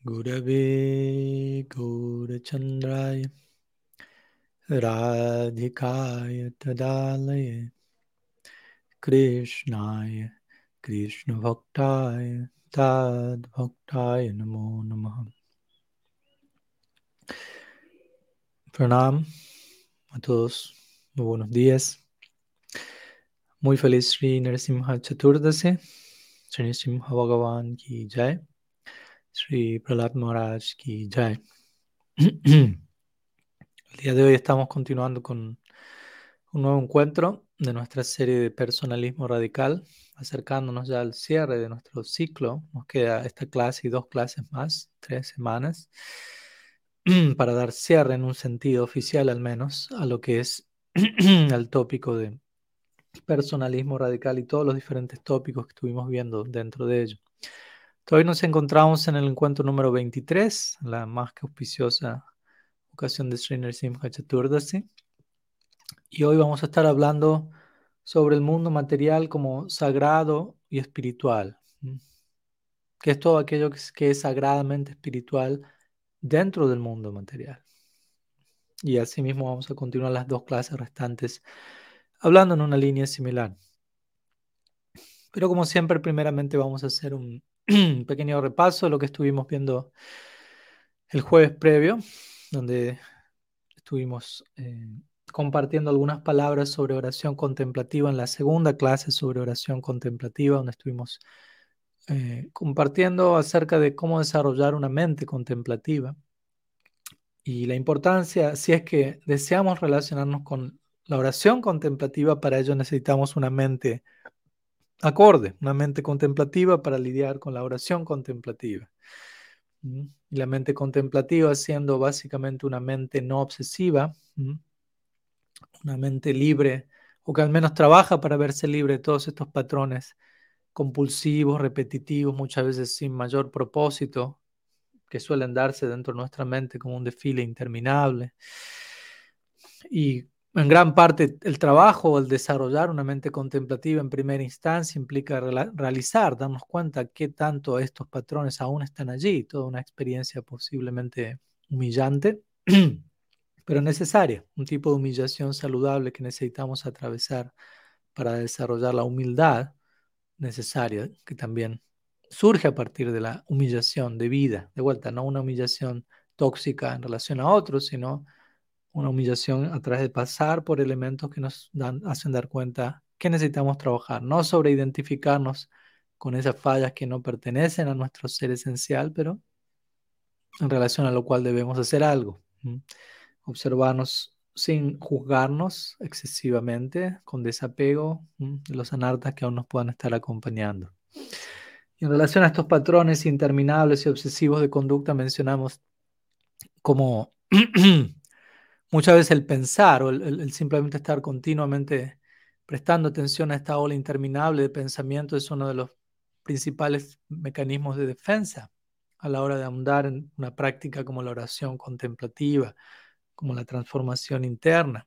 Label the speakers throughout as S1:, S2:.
S1: Gurave Gaurachandraya Radhikaya Tadalaya Krishnaya Krishna Bhaktaya Tad Bhaktaya Namo Namaha. Pranam a todos, muy buenos días. Muy feliz Sri Narasimha Chaturdasi, Sri Narasimha Bhagavan ki Jai, Sri Prahlad Maharaj ki Jai. El día de hoy estamos continuando con un nuevo encuentro de nuestra serie de personalismo radical, acercándonos ya al cierre de nuestro ciclo. Nos queda esta clase y 2 clases más, 3 semanas, para dar cierre en un sentido oficial al menos a lo que es el tópico de personalismo radical y todos los diferentes tópicos que estuvimos viendo dentro de ello. Hoy nos encontramos en el encuentro número 23, la más que auspiciosa ocasión de Sri Narasimha Chaturdasi. Y hoy vamos a estar hablando sobre el mundo material como sagrado y espiritual, que es todo aquello que es sagradamente espiritual dentro del mundo material. Y asimismo vamos a continuar las 2 clases restantes hablando en una línea similar. Pero como siempre, primeramente vamos a hacer un pequeño repaso de lo que estuvimos viendo el jueves previo, donde estuvimos compartiendo algunas palabras sobre oración contemplativa en la segunda clase sobre oración contemplativa, donde estuvimos compartiendo acerca de cómo desarrollar una mente contemplativa y la importancia, si es que deseamos relacionarnos con la oración contemplativa, para ello necesitamos una mente acorde, una mente contemplativa para lidiar con la oración contemplativa. Y la mente contemplativa siendo básicamente una mente no obsesiva, una mente libre, o que al menos trabaja para verse libre de todos estos patrones compulsivos, repetitivos, muchas veces sin mayor propósito, que suelen darse dentro de nuestra mente como un desfile interminable. Y en gran parte el trabajo, el desarrollar una mente contemplativa en primera instancia implica realizar, darnos cuenta qué tanto estos patrones aún están allí, toda una experiencia posiblemente humillante, pero necesaria, un tipo de humillación saludable que necesitamos atravesar para desarrollar la humildad necesaria, que también surge a partir de la humillación de vida, de vuelta, no una humillación tóxica en relación a otros, sino una humillación a través de pasar por elementos que nos hacen dar cuenta que necesitamos trabajar, no sobre identificarnos con esas fallas que no pertenecen a nuestro ser esencial, pero en relación a lo cual debemos hacer algo. Observarnos sin juzgarnos excesivamente, con desapego de los anartas que aún nos puedan estar acompañando. Y en relación a estos patrones interminables y obsesivos de conducta, mencionamos como muchas veces el pensar o el simplemente estar continuamente prestando atención a esta ola interminable de pensamiento es uno de los principales mecanismos de defensa a la hora de ahondar en una práctica como la oración contemplativa, como la transformación interna.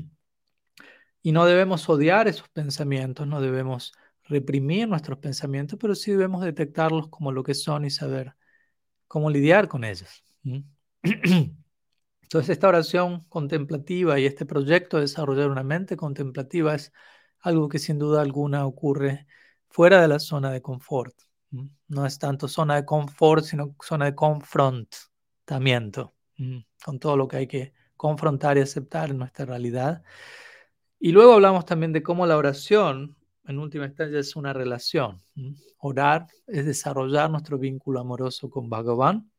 S1: Y no debemos odiar esos pensamientos, no debemos reprimir nuestros pensamientos, pero sí debemos detectarlos como lo que son y saber cómo lidiar con ellos. Entonces, esta oración contemplativa y este proyecto de desarrollar una mente contemplativa es algo que sin duda alguna ocurre fuera de la zona de confort. No es tanto zona de confort, sino zona de confrontamiento, con todo lo que hay que confrontar y aceptar en nuestra realidad. Y luego hablamos también de cómo la oración, en última instancia, es una relación. Orar es desarrollar nuestro vínculo amoroso con Bhagavan.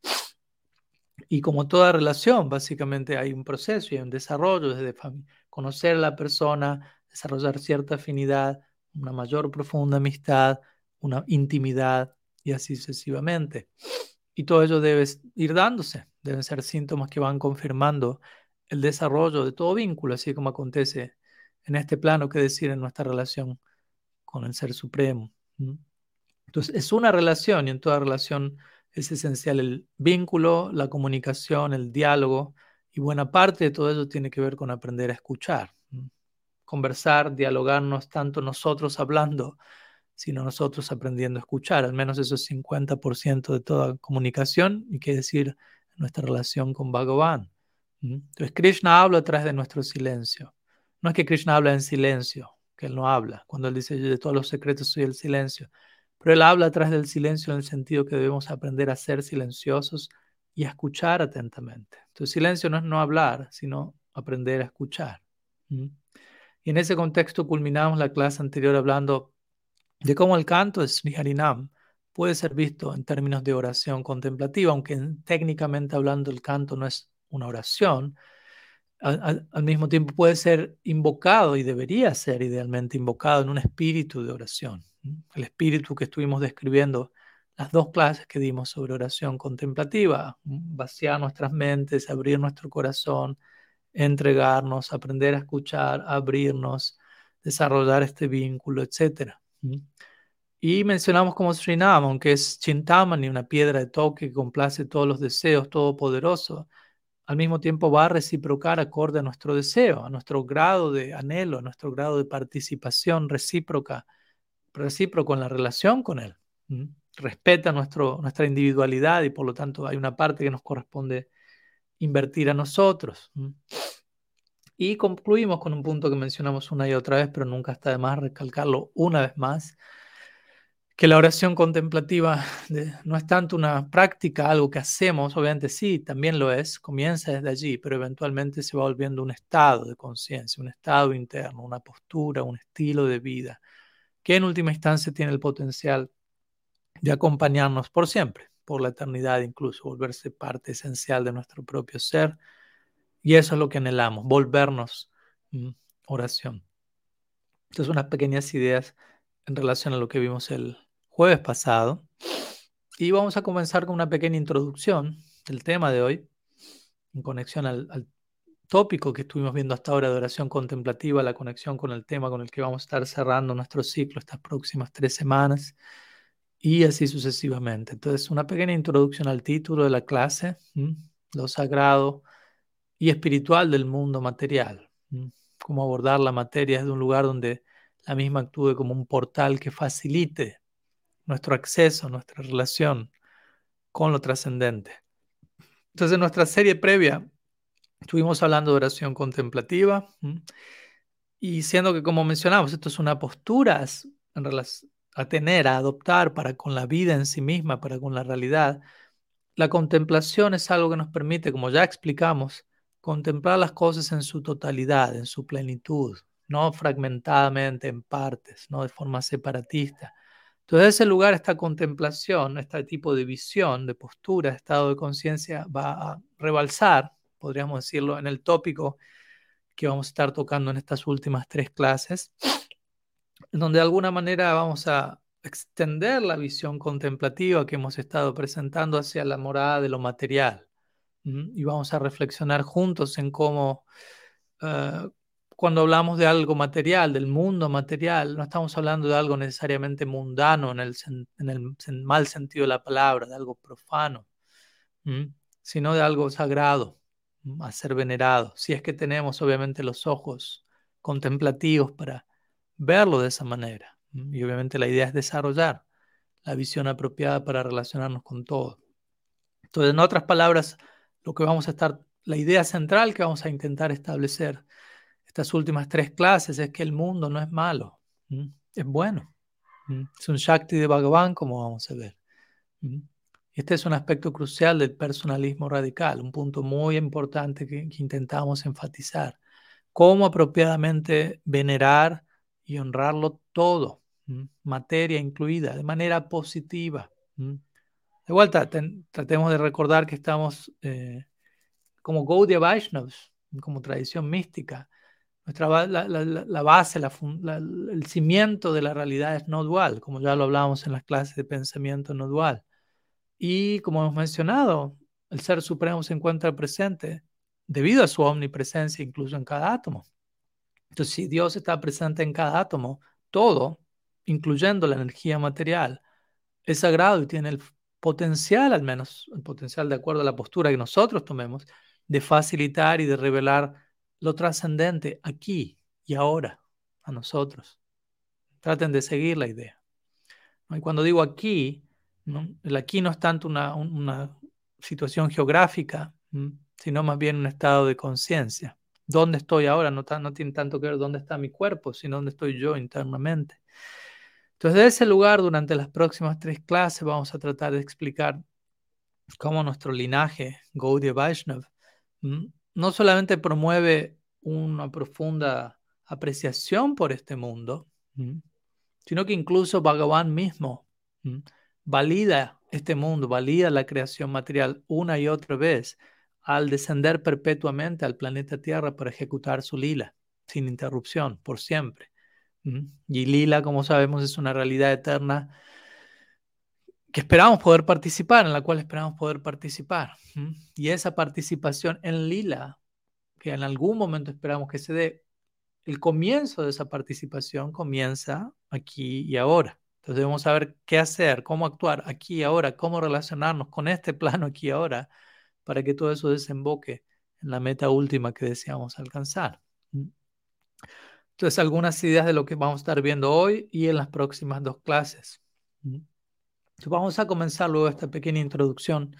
S1: Y como toda relación, básicamente hay un proceso y hay un desarrollo desde conocer a la persona, desarrollar cierta afinidad, una mayor profunda amistad, una intimidad y así sucesivamente. Y todo ello debe ir dándose, deben ser síntomas que van confirmando el desarrollo de todo vínculo, así como acontece en este plano, que decir en nuestra relación con el Ser Supremo. Entonces, es una relación y en toda relación es esencial el vínculo, la comunicación, el diálogo, y buena parte de todo ello tiene que ver con aprender a escuchar. Conversar, dialogarnos, tanto nosotros hablando, sino nosotros aprendiendo a escuchar. Al menos eso es 50% de toda comunicación, y qué decir nuestra relación con Bhagavan. Entonces Krishna habla a través de nuestro silencio. No es que Krishna habla en silencio, que él no habla. Cuando él dice, yo de todos los secretos soy el silencio. Pero él habla a través del silencio en el sentido que debemos aprender a ser silenciosos y a escuchar atentamente. Entonces silencio no es no hablar, sino aprender a escuchar. Y en ese contexto culminamos la clase anterior hablando de cómo el canto de Sri Harinam puede ser visto en términos de oración contemplativa, aunque técnicamente hablando el canto no es una oración. Al mismo tiempo puede ser invocado y debería ser idealmente invocado en un espíritu de oración. El espíritu que estuvimos describiendo las dos clases que dimos sobre oración contemplativa, vaciar nuestras mentes, abrir nuestro corazón, entregarnos, aprender a escuchar, abrirnos, desarrollar este vínculo, etc. Y mencionamos como Srinam, aunque es Chintamani, una piedra de toque que complace todos los deseos, todopoderoso, al mismo tiempo va a reciprocar acorde a nuestro deseo, a nuestro grado de anhelo, a nuestro grado de participación recíproco en la relación con él. Respeta nuestra individualidad y por lo tanto hay una parte que nos corresponde invertir a nosotros. Y concluimos con un punto que mencionamos una y otra vez, pero nunca está de más recalcarlo una vez más, que la oración contemplativa no es tanto una práctica, algo que hacemos, obviamente sí, también lo es, comienza desde allí, pero eventualmente se va volviendo un estado de conciencia, un estado interno, una postura, un estilo de vida, que en última instancia tiene el potencial de acompañarnos por siempre, por la eternidad incluso, volverse parte esencial de nuestro propio ser, y eso es lo que anhelamos, volvernos oración. Entonces, unas pequeñas ideas en relación a lo que vimos el jueves pasado. Y vamos a comenzar con una pequeña introducción del tema de hoy, en conexión al tópico que estuvimos viendo hasta ahora de oración contemplativa, la conexión con el tema con el que vamos a estar cerrando nuestro ciclo estas próximas 3 semanas, y así sucesivamente. Entonces, una pequeña introducción al título de la clase, lo sagrado y espiritual del mundo material, cómo abordar la materia desde un lugar donde la misma actúe como un portal que facilite nuestro acceso, nuestra relación con lo trascendente. Entonces, en nuestra serie previa estuvimos hablando de oración contemplativa, y siendo que, como mencionamos, esto es una postura en relación a tener, a adoptar para con la vida en sí misma, para con la realidad. La contemplación es algo que nos permite, como ya explicamos, contemplar las cosas en su totalidad, en su plenitud, no fragmentadamente en partes, no de forma separatista. Entonces, ese lugar, esta contemplación, este tipo de visión, de postura, estado de conciencia, va a rebalsar, podríamos decirlo, en el tópico que vamos a estar tocando en estas últimas 3 clases, en donde de alguna manera vamos a extender la visión contemplativa que hemos estado presentando hacia la morada de lo material. Y vamos a reflexionar juntos en cómo cuando hablamos de algo material, del mundo material, no estamos hablando de algo necesariamente mundano en el mal sentido de la palabra, de algo profano, sino de algo sagrado, a ser venerado. Si es que tenemos obviamente los ojos contemplativos para verlo de esa manera. Y obviamente la idea es desarrollar la visión apropiada para relacionarnos con todo. Entonces, en otras palabras, la idea central que vamos a intentar establecer estas últimas 3 clases es que el mundo no es malo, es bueno. Es un Shakti de Bhagavan, como vamos a ver. Este es un aspecto crucial del personalismo radical, un punto muy importante que intentamos enfatizar. Cómo apropiadamente venerar y honrarlo todo, materia incluida, de manera positiva. De vuelta, tratemos de recordar que estamos como Gaudiya Vaishnavas, como tradición mística. La base, el cimiento de la realidad es no dual, como ya lo hablábamos en las clases de pensamiento no dual. Y como hemos mencionado, el Ser Supremo se encuentra presente debido a su omnipresencia incluso en cada átomo. Entonces, si Dios está presente en cada átomo, todo, incluyendo la energía material, es sagrado y tiene el potencial, al menos el potencial de acuerdo a la postura que nosotros tomemos, de facilitar y de revelar lo trascendente aquí y ahora a nosotros. Traten de seguir la idea. ¿no? Y cuando digo aquí, ¿no? El aquí no es tanto una situación geográfica, sino más bien un estado de conciencia. ¿Dónde estoy ahora? No tiene tanto que ver dónde está mi cuerpo, sino dónde estoy yo internamente. Entonces, de ese lugar, durante las próximas 3 clases, vamos a tratar de explicar cómo nuestro linaje, Gaudiya Vaishnav, no solamente promueve una profunda apreciación por este mundo, sino que incluso Bhagavan mismo valida este mundo, valida la creación material una y otra vez al descender perpetuamente al planeta Tierra para ejecutar su lila, sin interrupción, por siempre. Y lila, como sabemos, es una realidad eterna que esperamos poder participar, en la cual esperamos poder participar. Y esa participación en lila, que en algún momento esperamos que se dé, el comienzo de esa participación comienza aquí y ahora. Entonces debemos saber qué hacer, cómo actuar aquí y ahora, cómo relacionarnos con este plano aquí y ahora, para que todo eso desemboque en la meta última que deseamos alcanzar. Entonces, algunas ideas de lo que vamos a estar viendo hoy y en las próximas 2 clases. Entonces, vamos a comenzar luego esta pequeña introducción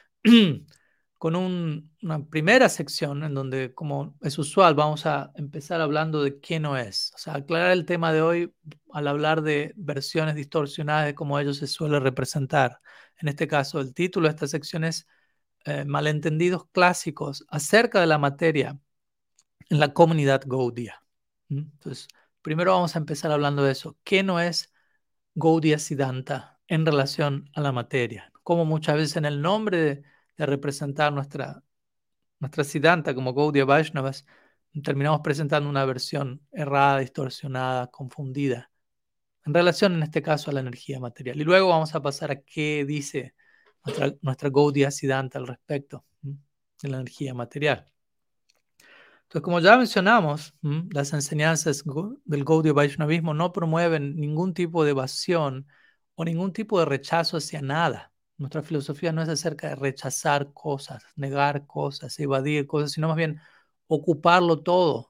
S1: con una primera sección en donde, como es usual, vamos a empezar hablando de qué no es. O sea, aclarar el tema de hoy al hablar de versiones distorsionadas de cómo ellos se suele representar. En este caso, el título de esta sección es Malentendidos clásicos acerca de la materia en la comunidad Gaudiya. Entonces, primero vamos a empezar hablando de eso. ¿Qué no es Gaudiya Siddhanta en relación a la materia? Como muchas veces en el nombre de representar nuestra Siddhanta como Gaudiya Vaishnavas, terminamos presentando una versión errada, distorsionada, confundida, en relación en este caso a la energía material. Y luego vamos a pasar a qué dice nuestra Gaudiya Siddhanta al respecto de la energía material. Entonces, como ya mencionamos, las enseñanzas del Gaudiya Vaishnavismo no promueven ningún tipo de evasión o ningún tipo de rechazo hacia nada. Nuestra filosofía no es acerca de rechazar cosas, negar cosas, evadir cosas, sino más bien ocuparlo todo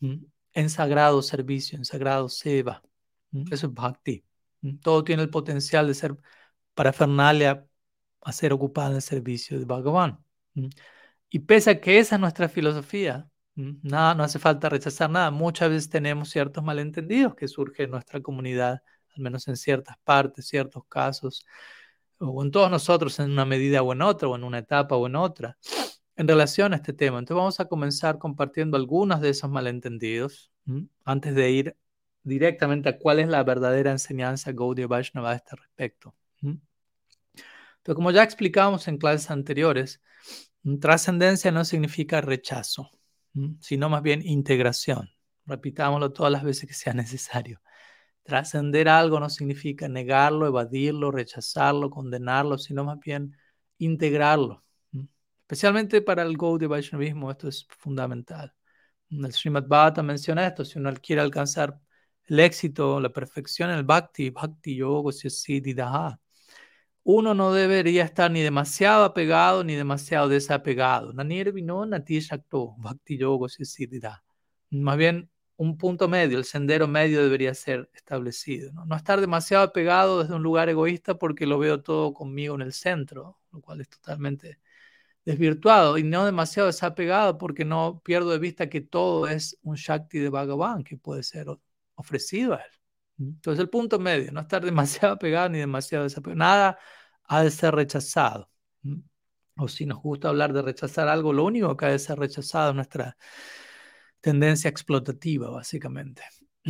S1: en sagrado servicio, en sagrado seva. Eso es bhakti. Todo tiene el potencial de ser parafernalia a ser ocupada en el servicio de Bhagavan. Y pese a que esa es nuestra filosofía, nada, no hace falta rechazar nada. Muchas veces tenemos ciertos malentendidos que surgen en nuestra comunidad, al menos en ciertas partes, ciertos casos, o en todos nosotros en una medida o en otra, o en una etapa o en otra, en relación a este tema. Entonces vamos a comenzar compartiendo algunos de esos malentendidos, antes de ir directamente a cuál es la verdadera enseñanza Gaudiya Vaishnava a este respecto. Entonces, como ya explicamos en clases anteriores, trascendencia no significa rechazo, sino más bien integración. Repitámoslo todas las veces que sea necesario. Trascender algo no significa negarlo, evadirlo, rechazarlo, condenarlo, sino más bien integrarlo. Especialmente para el Gaudiya Vaishnavismo esto es fundamental. El Srimad Bhagavatam menciona esto: si uno quiere alcanzar el éxito, la perfección en el Bhakti, Bhakti Yoga Siddhidaha, uno no debería estar ni demasiado apegado ni demasiado desapegado. Bhakti Yoga Siddhida. Más bien, un punto medio, el sendero medio debería ser establecido. No estar demasiado apegado desde un lugar egoísta porque lo veo todo conmigo en el centro, lo cual es totalmente desvirtuado, y no demasiado desapegado porque no pierdo de vista que todo es un Shakti de Bhagavan que puede ser ofrecido a él. Entonces el punto medio, no estar demasiado apegado ni demasiado desapegado. Nada ha de ser rechazado. O si nos gusta hablar de rechazar algo, lo único que ha de ser rechazado es nuestra tendencia explotativa, básicamente.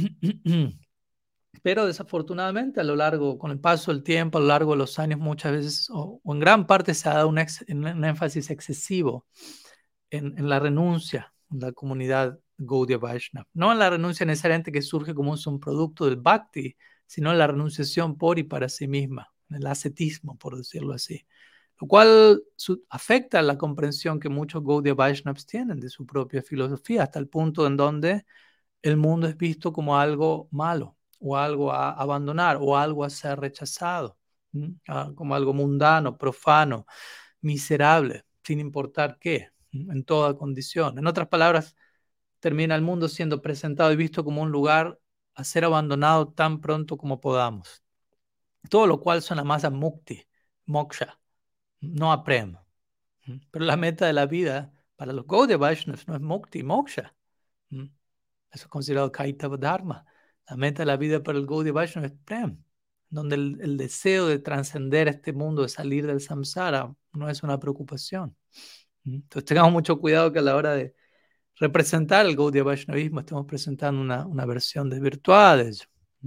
S1: Pero desafortunadamente, con el paso del tiempo, a lo largo de los años, muchas veces, o en gran parte, se ha dado un énfasis excesivo en la renuncia en la comunidad Gaudiya Vaishnava. No en la renuncia necesariamente que surge como un producto del Bhakti, sino en la renunciación por y para sí misma, en el ascetismo, por decirlo así. Lo cual afecta la comprensión que muchos Gaudiya Vaishnavas tienen de su propia filosofía, hasta el punto en donde el mundo es visto como algo malo, o algo a abandonar, o algo a ser rechazado, como algo mundano, profano, miserable, sin importar qué, en toda condición. En otras palabras, termina el mundo siendo presentado y visto como un lugar a ser abandonado tan pronto como podamos. todo lo cual suena más a mukti, moksha, no a prem. Pero la meta de la vida para los Gaudiya Vaishnavas no es mukti, moksha. Eso es considerado Kaitava Dharma. La meta de la vida para el Gaudiya Vaishnava es prem, donde el deseo de trascender este mundo, de salir del samsara, no es una preocupación. Entonces tengamos mucho cuidado que a la hora de representar el Gaudiya Vaishnavismo estamos presentando una versión desvirtuada de ello.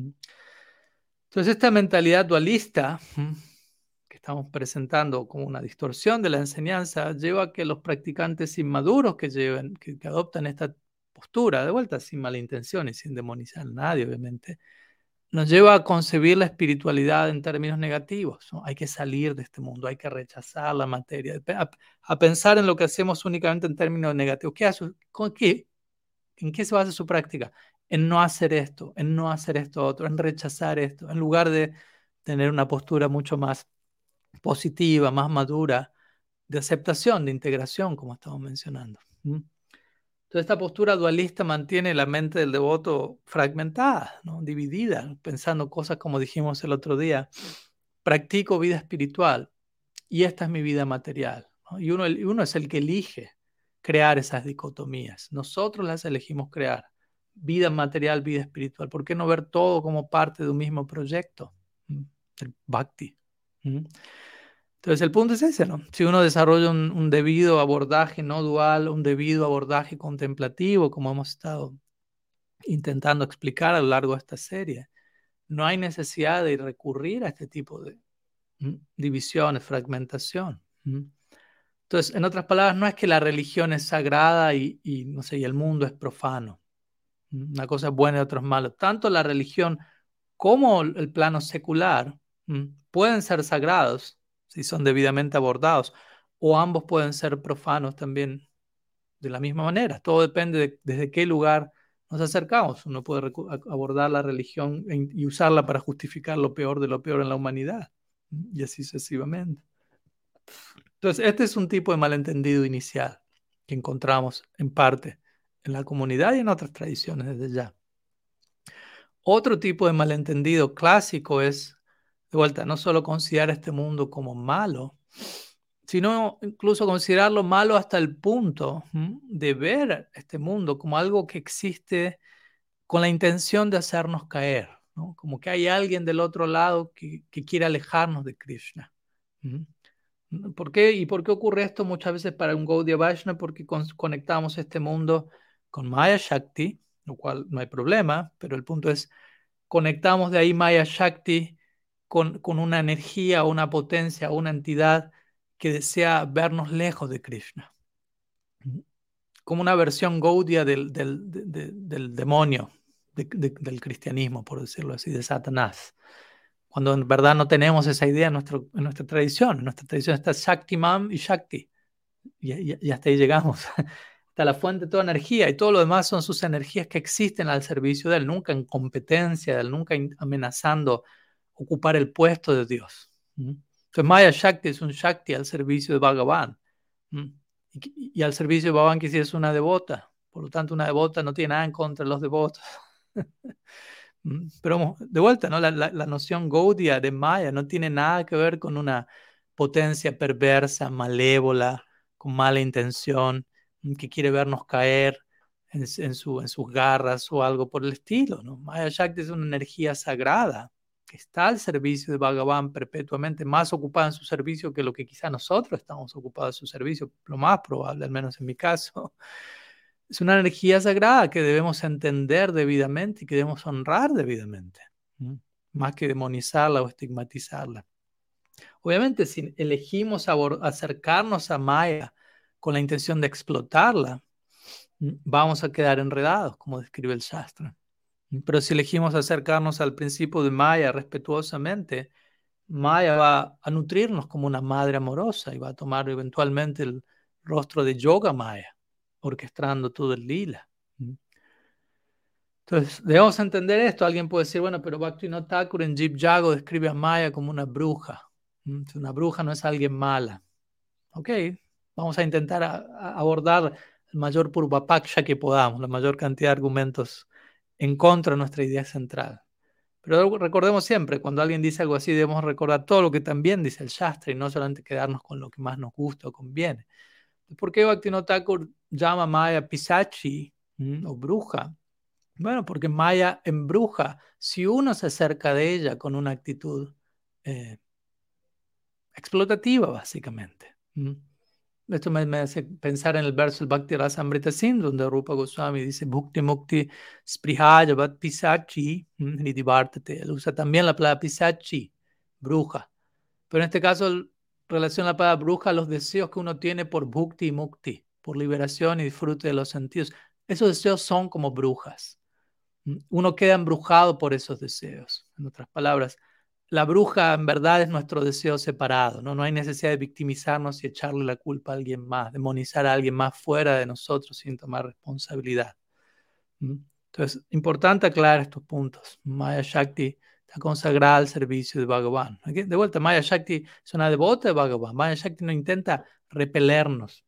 S1: Entonces esta mentalidad dualista que estamos presentando como una distorsión de la enseñanza lleva a que los practicantes inmaduros que adoptan esta postura, de vuelta sin mala intención y sin demonizar a nadie obviamente, nos lleva a concebir la espiritualidad en términos negativos, ¿no? Hay que salir de este mundo, hay que rechazar la materia, a pensar en lo que hacemos únicamente en términos negativos. ¿Qué hace? ¿Con qué? ¿En qué se basa su práctica? En no hacer esto, en no hacer esto otro, en rechazar esto, en lugar de tener una postura mucho más positiva, más madura, de aceptación, de integración, como estamos mencionando. Entonces, esta postura dualista mantiene la mente del devoto fragmentada, ¿no? Dividida, pensando cosas como dijimos el otro día. Practico vida espiritual y esta es mi vida material, ¿no? Y uno es el que elige crear esas dicotomías. Nosotros las elegimos crear. Vida material, vida espiritual. ¿Por qué no ver todo como parte de un mismo proyecto? El bhakti. Entonces el punto es ese, ¿no? Si uno desarrolla un debido abordaje no dual, un debido abordaje contemplativo, como hemos estado intentando explicar a lo largo de esta serie, no hay necesidad de recurrir a este tipo de divisiones, fragmentación. Entonces, en otras palabras, no es que la religión es sagrada y no sé, y el mundo es profano. Una cosa es buena y otra es mala. Tanto la religión como el plano secular pueden ser sagrados si son debidamente abordados, o ambos pueden ser profanos también de la misma manera. Todo depende de desde qué lugar nos acercamos. Uno puede abordar la religión y usarla para justificar lo peor de lo peor en la humanidad, y así sucesivamente. Entonces, este es un tipo de malentendido inicial que encontramos en parte en la comunidad y en otras tradiciones desde ya. Otro tipo de malentendido clásico es, de vuelta, no solo considerar este mundo como malo, sino incluso considerarlo malo hasta el punto de ver este mundo como algo que existe con la intención de hacernos caer, ¿no? Como que hay alguien del otro lado que quiere alejarnos de Krishna. ¿Por qué? ¿Y por qué ocurre esto muchas veces para un Gaudiya Vaishnava? Porque conectamos este mundo con Maya Shakti, lo cual no hay problema, pero el punto es, conectamos de ahí Maya Shakti con una energía, una potencia, una entidad que desea vernos lejos de Krishna. Como una versión Gaudiya del demonio, del cristianismo, por decirlo así, de Satanás. Cuando en verdad no tenemos esa idea en nuestra tradición. En nuestra tradición está Shaktiman y Shakti. Y hasta ahí llegamos. Está la fuente de toda energía y todo lo demás son sus energías que existen al servicio de él, nunca en competencia de él, nunca amenazando ocupar el puesto de Dios. Entonces Maya Shakti es un Shakti al servicio de Bhagavan. Y al servicio de Bhagavan que sí es una devota. Por lo tanto, una devota no tiene nada en contra de los devotos. Pero de vuelta, ¿no? La noción Gaudiya de Maya no tiene nada que ver con una potencia perversa, malévola, con mala intención, que quiere vernos caer en sus garras o algo por el estilo, ¿no? Maya Shakti es una energía sagrada que está al servicio de Bhagavan perpetuamente, más ocupada en su servicio que lo que quizá nosotros estamos ocupados en su servicio, lo más probable, al menos en mi caso. Es una energía sagrada que debemos entender debidamente y que debemos honrar debidamente, más que demonizarla o estigmatizarla. Obviamente, si elegimos acercarnos a Maya con la intención de explotarla, vamos a quedar enredados, como describe el Shastra. Pero si elegimos acercarnos al principio de Maya respetuosamente, Maya va a nutrirnos como una madre amorosa y va a tomar eventualmente el rostro de Yoga Maya, orquestando todo el lila. Entonces, debemos entender esto. Alguien puede decir, bueno, pero Bhaktivinoda Thakur en Jeev Jago describe a Maya como una bruja. Entonces, una bruja no es alguien mala. Ok, vamos a intentar abordar el mayor purvapaksha que podamos, la mayor cantidad de argumentos en contra de nuestra idea central. Pero recordemos siempre, cuando alguien dice algo así, debemos recordar todo lo que también dice el Shastra y no solamente quedarnos con lo que más nos gusta o conviene. ¿Por qué Bhaktivinoda Thakur llama a Maya Pisachi o bruja? Bueno, porque Maya embruja si uno se acerca de ella con una actitud eh, explotativa, básicamente. Esto me hace pensar en el verso del Bhakti Rasamrita Sindhu, donde Rupa Goswami dice Bhukti Mukti Sprihaya Vat Pisachi Nidivártate. Él usa también la palabra Pisachi, bruja. Pero en este caso relaciona la palabra bruja a los deseos que uno tiene por Bhukti y Mukti, por liberación y disfrute de los sentidos. Esos deseos son como brujas. Uno queda embrujado por esos deseos. En otras palabras, la bruja en verdad es nuestro deseo separado, ¿no? No hay necesidad de victimizarnos y echarle la culpa a alguien más, demonizar a alguien más fuera de nosotros sin tomar responsabilidad. Entonces, importante aclarar estos puntos. Maya Shakti está consagrada al servicio de Bhagavan. De vuelta, Maya Shakti es una devota de Bhagavan. Maya Shakti no intenta repelernos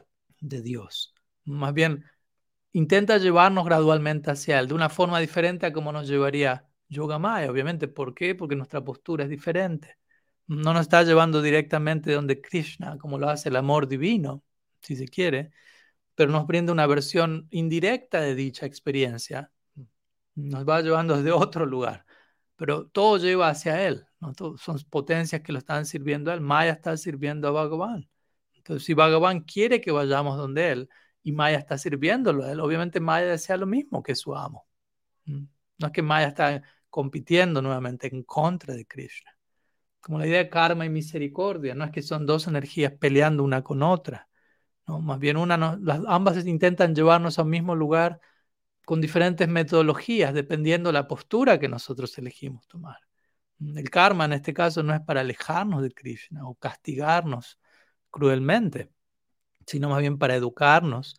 S1: de Dios. Más bien, intenta llevarnos gradualmente hacia Él, de una forma diferente a como nos llevaría Yoga Maya, obviamente. ¿Por qué? Porque nuestra postura es diferente. No nos está llevando directamente de donde Krishna, como lo hace el amor divino, si se quiere, pero nos brinda una versión indirecta de dicha experiencia. Nos va llevando desde otro lugar, pero todo lleva hacia Él, ¿no? Son potencias que lo están sirviendo a Él. Maya está sirviendo a Bhagavan. Entonces, si Bhagavan quiere que vayamos donde Él y Maya está sirviéndolo a Él, obviamente Maya desea lo mismo que su amo. No es que Maya está compitiendo nuevamente en contra de Krishna. Como la idea de karma y misericordia, no es que son dos energías peleando una con otra, ¿no? Más bien ambas intentan llevarnos al mismo lugar con diferentes metodologías, dependiendo de la postura que nosotros elegimos tomar. El karma en este caso no es para alejarnos de Krishna o castigarnos cruelmente, sino más bien para educarnos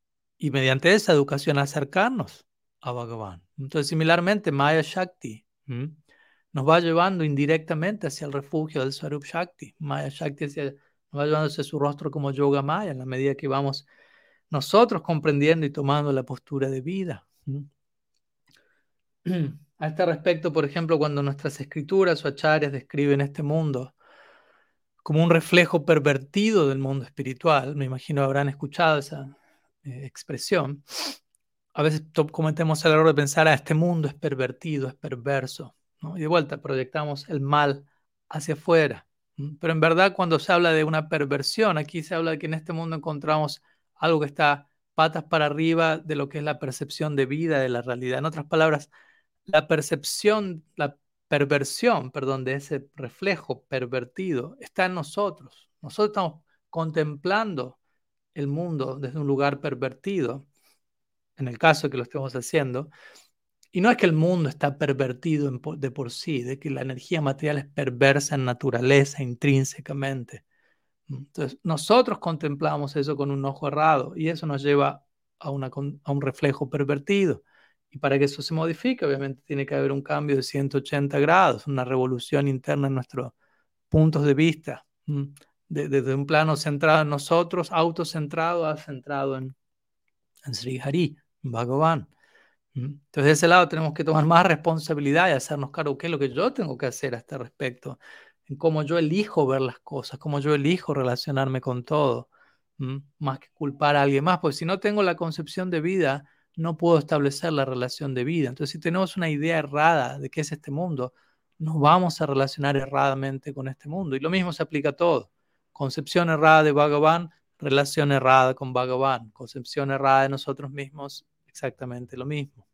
S1: y mediante esa educación acercarnos a Bhagavan. Entonces, similarmente, Maya Shakti nos va llevando indirectamente hacia el refugio del Swarup Shakti. Maya Shakti nos va llevando hacia su rostro como Yoga Maya, en la medida que vamos nosotros comprendiendo y tomando la postura de vida. A este respecto, por ejemplo, cuando nuestras escrituras o acharyas describen este mundo como un reflejo pervertido del mundo espiritual, me imagino habrán escuchado esa expresión, a veces cometemos el error de pensar, este mundo es pervertido, es perverso, ¿no? Y de vuelta proyectamos el mal hacia afuera. Pero en verdad cuando se habla de una perversión, aquí se habla de que en este mundo encontramos algo que está patas para arriba de lo que es la percepción de vida, de la realidad. En otras palabras, la perversión, perdón, de ese reflejo pervertido está en nosotros. Nosotros estamos contemplando el mundo desde un lugar pervertido, en el caso de que lo estemos haciendo, y no es que el mundo está pervertido de por sí, de que la energía material es perversa en naturaleza, intrínsecamente. Entonces, nosotros contemplamos eso con un ojo errado y eso nos lleva a un reflejo pervertido. Y para que eso se modifique, obviamente tiene que haber un cambio de 180 grados, una revolución interna en nuestros puntos de vista, desde un plano centrado en nosotros, autocentrado, a centrado en Sri Hari, en Bhagavan. Entonces, de ese lado tenemos que tomar más responsabilidad y hacernos cargo qué es lo que yo tengo que hacer a este respecto, en cómo yo elijo ver las cosas, cómo yo elijo relacionarme con todo, más que culpar a alguien más, porque si no tengo la concepción de vida, no puedo establecer la relación de vida. Entonces, si tenemos una idea errada de qué es este mundo, nos vamos a relacionar erradamente con este mundo. Y lo mismo se aplica a todo. Concepción errada de Bhagavan, relación errada con Bhagavan. Concepción errada de nosotros mismos, exactamente lo mismo.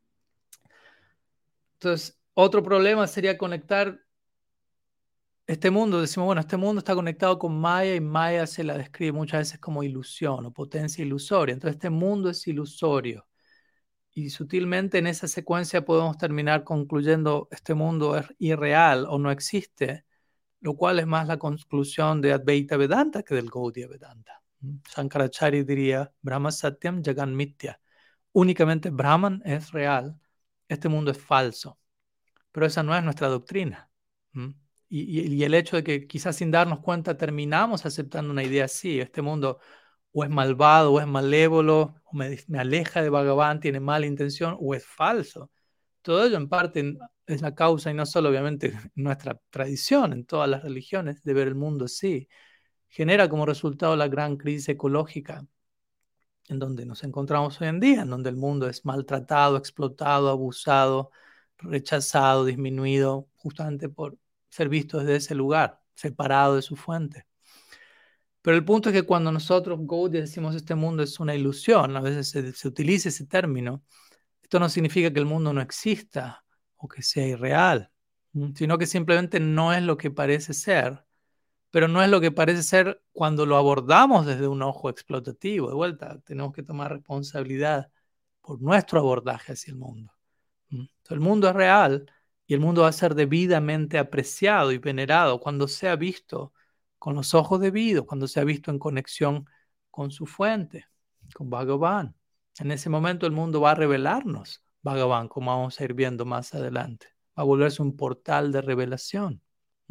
S1: Entonces, otro problema sería conectar este mundo. Decimos, bueno, este mundo está conectado con Maya y Maya se la describe muchas veces como ilusión o potencia ilusoria. Entonces, este mundo es ilusorio. Y sutilmente en esa secuencia podemos terminar concluyendo este mundo es irreal o no existe, lo cual es más la conclusión de Advaita Vedanta que del Gaudiya Vedanta. Shankaracharya diría, Brahma Satyam Jagan Mithya. Únicamente Brahman es real, este mundo es falso. Pero esa no es nuestra doctrina. Y el hecho de que quizás sin darnos cuenta terminamos aceptando una idea así, este mundo o es malvado o es malévolo, o me aleja de Bhagavan, tiene mala intención, o es falso. todo ello en parte es la causa, y no solo obviamente en nuestra tradición, en todas las religiones, de ver el mundo así, genera como resultado la gran crisis ecológica en donde nos encontramos hoy en día, en donde el mundo es maltratado, explotado, abusado, rechazado, disminuido, justamente por ser visto desde ese lugar, separado de su fuente. Pero el punto es que cuando nosotros, Gaudiya, decimos este mundo es una ilusión, a veces se utiliza ese término, esto no significa que el mundo no exista o que sea irreal, sino que simplemente no es lo que parece ser, pero no es lo que parece ser cuando lo abordamos desde un ojo explotativo. De vuelta, tenemos que tomar responsabilidad por nuestro abordaje hacia el mundo. Entonces, el mundo es real y el mundo va a ser debidamente apreciado y venerado cuando sea visto con los ojos debidos, cuando sea visto en conexión con su fuente, con Bhagavan. En ese momento el mundo va a revelarnos Bhagavan, como vamos a ir viendo más adelante. Va a volverse un portal de revelación.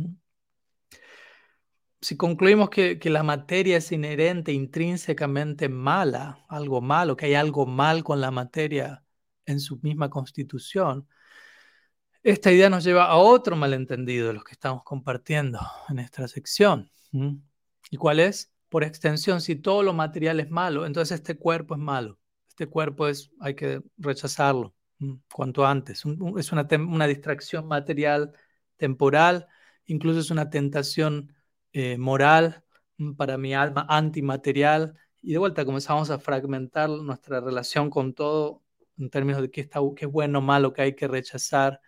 S1: Si concluimos que la materia es inherente, intrínsecamente mala, algo malo, que hay algo mal con la materia en su misma constitución, esta idea nos lleva a otro malentendido de los que estamos compartiendo en esta sección. ¿Y cuál es? Por extensión, si todo lo material es malo, entonces este cuerpo es malo. Este cuerpo hay que rechazarlo cuanto antes. Es una distracción material temporal, incluso es una tentación moral para mi alma antimaterial. Y de vuelta comenzamos a fragmentar nuestra relación con todo en términos de qué es bueno o malo, que hay que rechazar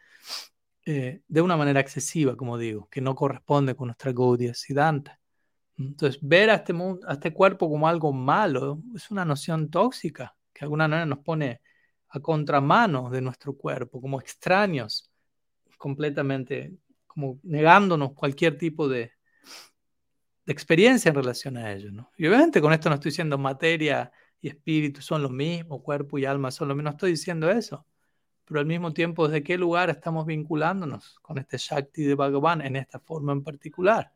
S1: de una manera excesiva, como digo, que no corresponde con nuestra Gaudiya Siddhanta. Entonces, ver a a este cuerpo como algo malo es una noción tóxica, que de alguna manera nos pone a contramano de nuestro cuerpo, como extraños, completamente, como negándonos cualquier tipo de experiencia en relación a ello, ¿no? Y obviamente con esto no estoy diciendo materia y espíritu son lo mismo, cuerpo y alma son lo mismo, no estoy diciendo eso, pero al mismo tiempo, ¿desde qué lugar estamos vinculándonos con este Shakti de Bhagavan en esta forma en particular?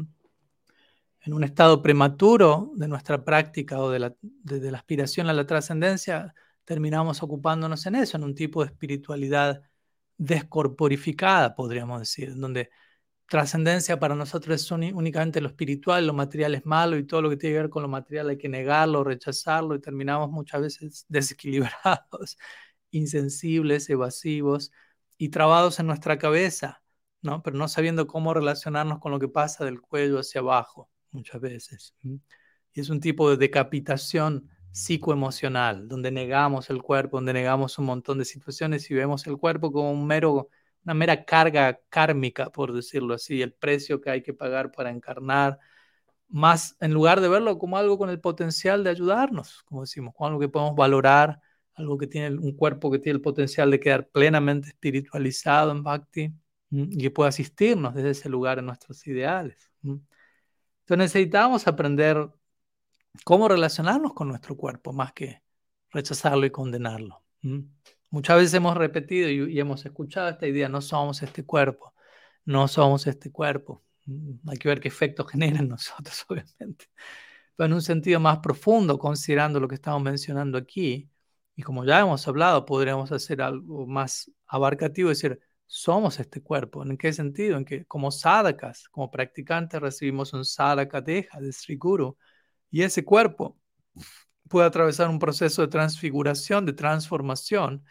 S1: En un estado prematuro de nuestra práctica o de la aspiración a la trascendencia, terminamos ocupándonos en eso, en un tipo de espiritualidad descorporificada, podríamos decir, en donde trascendencia para nosotros es únicamente lo espiritual, lo material es malo y todo lo que tiene que ver con lo material hay que negarlo, rechazarlo y terminamos muchas veces desequilibrados, insensibles, evasivos y trabados en nuestra cabeza, ¿no? Pero no sabiendo cómo relacionarnos con lo que pasa del cuello hacia abajo muchas veces. Y es un tipo de decapitación psicoemocional, donde negamos el cuerpo, donde negamos un montón de situaciones y vemos el cuerpo como una mera carga kármica, por decirlo así, el precio que hay que pagar para encarnar, más en lugar de verlo como algo con el potencial de ayudarnos, como decimos, como algo que podemos valorar, algo que tiene un cuerpo que tiene el potencial de quedar plenamente espiritualizado en Bhakti y que pueda asistirnos desde ese lugar en nuestros ideales. Entonces necesitamos aprender cómo relacionarnos con nuestro cuerpo más que rechazarlo y condenarlo. Muchas veces hemos repetido y hemos escuchado esta idea, no somos este cuerpo, no somos este cuerpo. Hay que ver qué efecto genera en nosotros, obviamente. Pero en un sentido más profundo, considerando lo que estamos mencionando aquí, y como ya hemos hablado, podríamos hacer algo más abarcativo, es decir, somos este cuerpo. ¿En qué sentido? En que como sadhakas, como practicantes, recibimos un sadhaka deja de Sri Guru, y ese cuerpo puede atravesar un proceso de transfiguración, de transformación,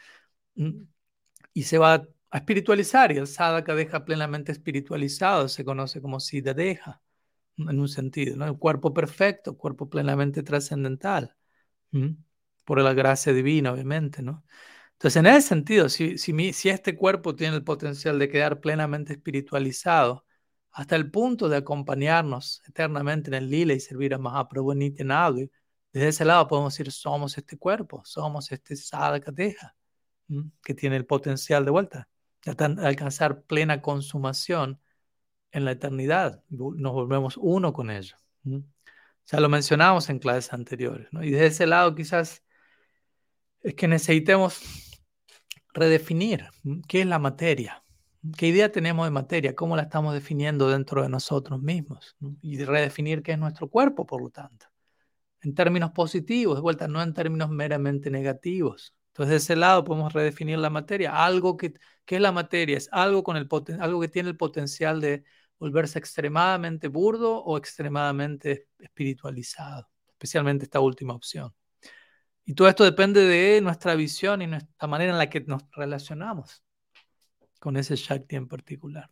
S1: y se va a espiritualizar, y el sadhaka deja plenamente espiritualizado, se conoce como siddha deja, en un sentido, ¿no? El cuerpo perfecto, cuerpo plenamente trascendental, por la gracia divina, obviamente, ¿no? Entonces, en ese sentido, si este cuerpo tiene el potencial de quedar plenamente espiritualizado, hasta el punto de acompañarnos eternamente en el lila y servir a Mahaprabhu Nityananda, desde ese lado podemos decir, somos este cuerpo, somos este sadhaka deja, que tiene el potencial de vuelta, de alcanzar plena consumación en la eternidad. Nos volvemos uno con ello. Ya lo mencionamos en clases anteriores, ¿no? Y desde ese lado quizás es que necesitemos redefinir qué es la materia, qué idea tenemos de materia, cómo la estamos definiendo dentro de nosotros mismos, ¿no? Y redefinir qué es nuestro cuerpo, por lo tanto, en términos positivos, de vuelta, no en términos meramente negativos, Entonces, de ese lado podemos redefinir la materia. ¿Qué es la materia? Es algo, algo que tiene el potencial de volverse extremadamente burdo o extremadamente espiritualizado, especialmente esta última opción. Y todo esto depende de nuestra visión y nuestra manera en la que nos relacionamos con ese Shakti en particular.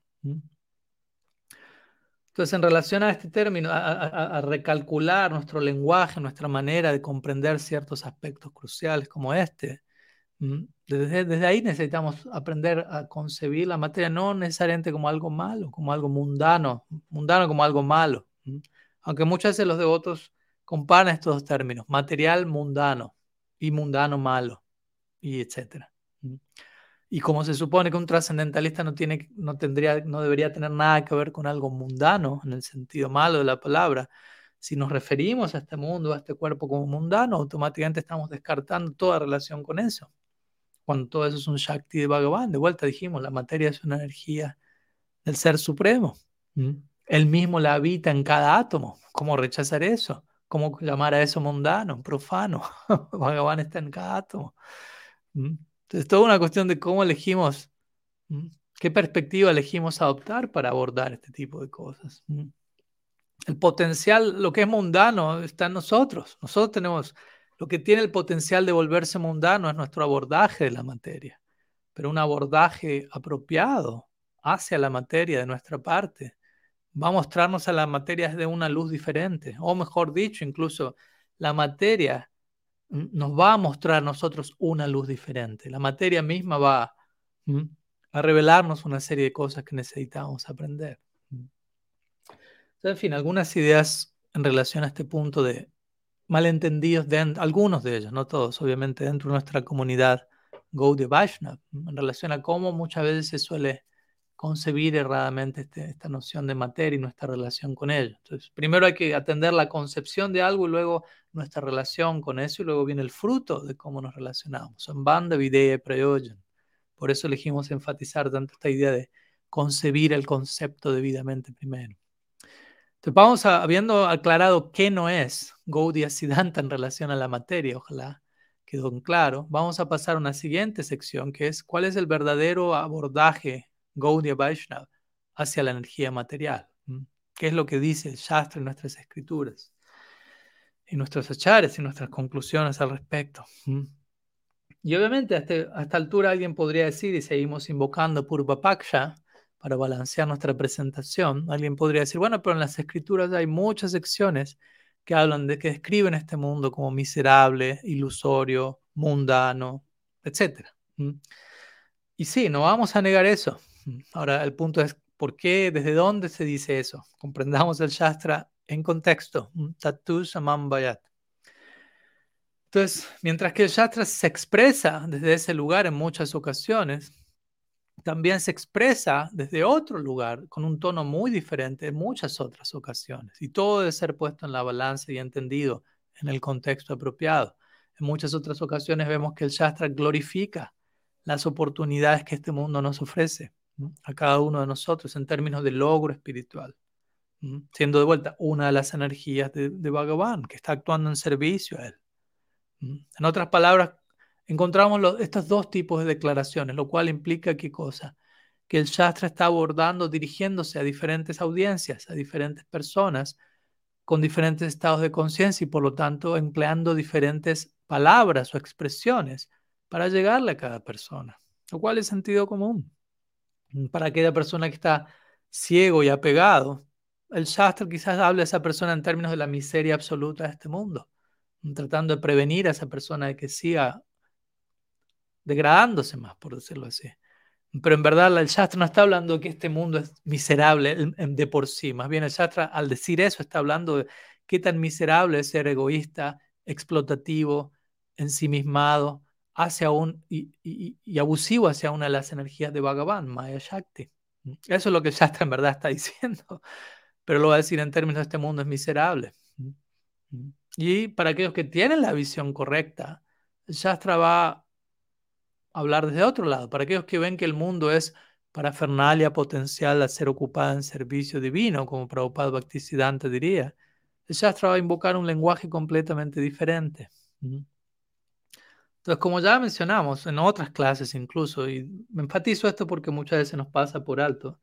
S1: Entonces, en relación a este término, a recalcular nuestro lenguaje, nuestra manera de comprender ciertos aspectos cruciales como este, desde ahí necesitamos aprender a concebir la materia no necesariamente como algo malo, como algo mundano, mundano como algo malo. Aunque muchas veces los devotos comparan estos dos términos, material mundano y mundano malo, y etcétera. Y como se supone que un trascendentalista no debería tener nada que ver con algo mundano, en el sentido malo de la palabra, si nos referimos a este mundo, a este cuerpo como mundano, automáticamente estamos descartando toda relación con eso. Cuando todo eso es un Shakti de Bhagavan, de vuelta dijimos, la materia es una energía del Ser Supremo. Él mismo la habita en cada átomo. ¿Cómo rechazar eso? ¿Cómo llamar a eso mundano, profano? Bhagavan está en cada átomo. Entonces, toda una cuestión de cómo elegimos, qué perspectiva elegimos adoptar para abordar este tipo de cosas. El potencial, lo que es mundano, está en nosotros. Nosotros tenemos, lo que tiene el potencial de volverse mundano es nuestro abordaje de la materia, pero un abordaje apropiado hacia la materia de nuestra parte va a mostrarnos a la materia desde una luz diferente, o mejor dicho, incluso la materia nos va a mostrar a nosotros una luz diferente. La materia misma va a revelarnos una serie de cosas que necesitamos aprender. En fin, algunas ideas en relación a este punto de malentendidos de algunos de ellos, no todos, obviamente, dentro de nuestra comunidad Gaudiya Vaishnava, en relación a cómo muchas veces se suele concebir erradamente esta noción de materia y nuestra relación con ello. Entonces, primero hay que atender la concepción de algo y luego nuestra relación con eso y luego viene el fruto de cómo nos relacionamos. Sambandha, Videya y Prayojan. Por eso elegimos enfatizar tanto esta idea de concebir el concepto debidamente primero. Entonces, habiendo aclarado qué no es Gaudiya Siddhanta en relación a la materia, ojalá quedó claro, vamos a pasar a una siguiente sección que es cuál es el verdadero abordaje Gaudiya Vaishnava hacia la energía material. ¿Qué es lo que dice el Shastra en nuestras escrituras? Y nuestros achares y nuestras conclusiones al respecto. Y obviamente a esta altura alguien podría decir, y seguimos invocando Purva Paksha, para balancear nuestra presentación, alguien podría decir, bueno, pero en las escrituras hay muchas secciones que hablan de que describen este mundo como miserable, ilusorio, mundano, etc. Y sí, no vamos a negar eso. Ahora, el punto es, ¿por qué? ¿Desde dónde se dice eso? Comprendamos el Shastra en contexto. Tatu Samam Bayat. Entonces, mientras que el Shastra se expresa desde ese lugar en muchas ocasiones, también se expresa desde otro lugar con un tono muy diferente en muchas otras ocasiones. Y todo debe ser puesto en la balanza y entendido en el contexto apropiado. En muchas otras ocasiones vemos que el Shastra glorifica las oportunidades que este mundo nos ofrece, ¿no?, a cada uno de nosotros en términos de logro espiritual, ¿no?, siendo de vuelta una de las energías de Bhagavan que está actuando en servicio a él. En otras palabras, encontramos estos dos tipos de declaraciones, lo cual implica ¿qué cosa? Que el Shastra está abordando, dirigiéndose a diferentes audiencias, a diferentes personas, con diferentes estados de conciencia y por lo tanto empleando diferentes palabras o expresiones para llegarle a cada persona, lo cual es sentido común. Para aquella persona que está ciego y apegado, el Shastra quizás hable a esa persona en términos de la miseria absoluta de este mundo, tratando de prevenir a esa persona de que siga degradándose más, por decirlo así. Pero en verdad el Shastra no está hablando de que este mundo es miserable de por sí. Más bien el Shastra al decir eso está hablando de qué tan miserable es ser egoísta, explotativo, ensimismado y abusivo hacia una de las energías de Bhagavan, Maya Shakti. Eso es lo que el Shastra en verdad está diciendo. Pero lo va a decir en términos de este mundo es miserable. Y para aquellos que tienen la visión correcta, el Shastra va a hablar desde otro lado. Para aquellos que ven que el mundo es parafernalia potencial a ser ocupada en servicio divino, como Prabhupada Bhaktisiddhanta diría, el Shastra va a invocar un lenguaje completamente diferente. Entonces, como ya mencionamos en otras clases incluso, y me enfatizo esto porque muchas veces nos pasa por alto,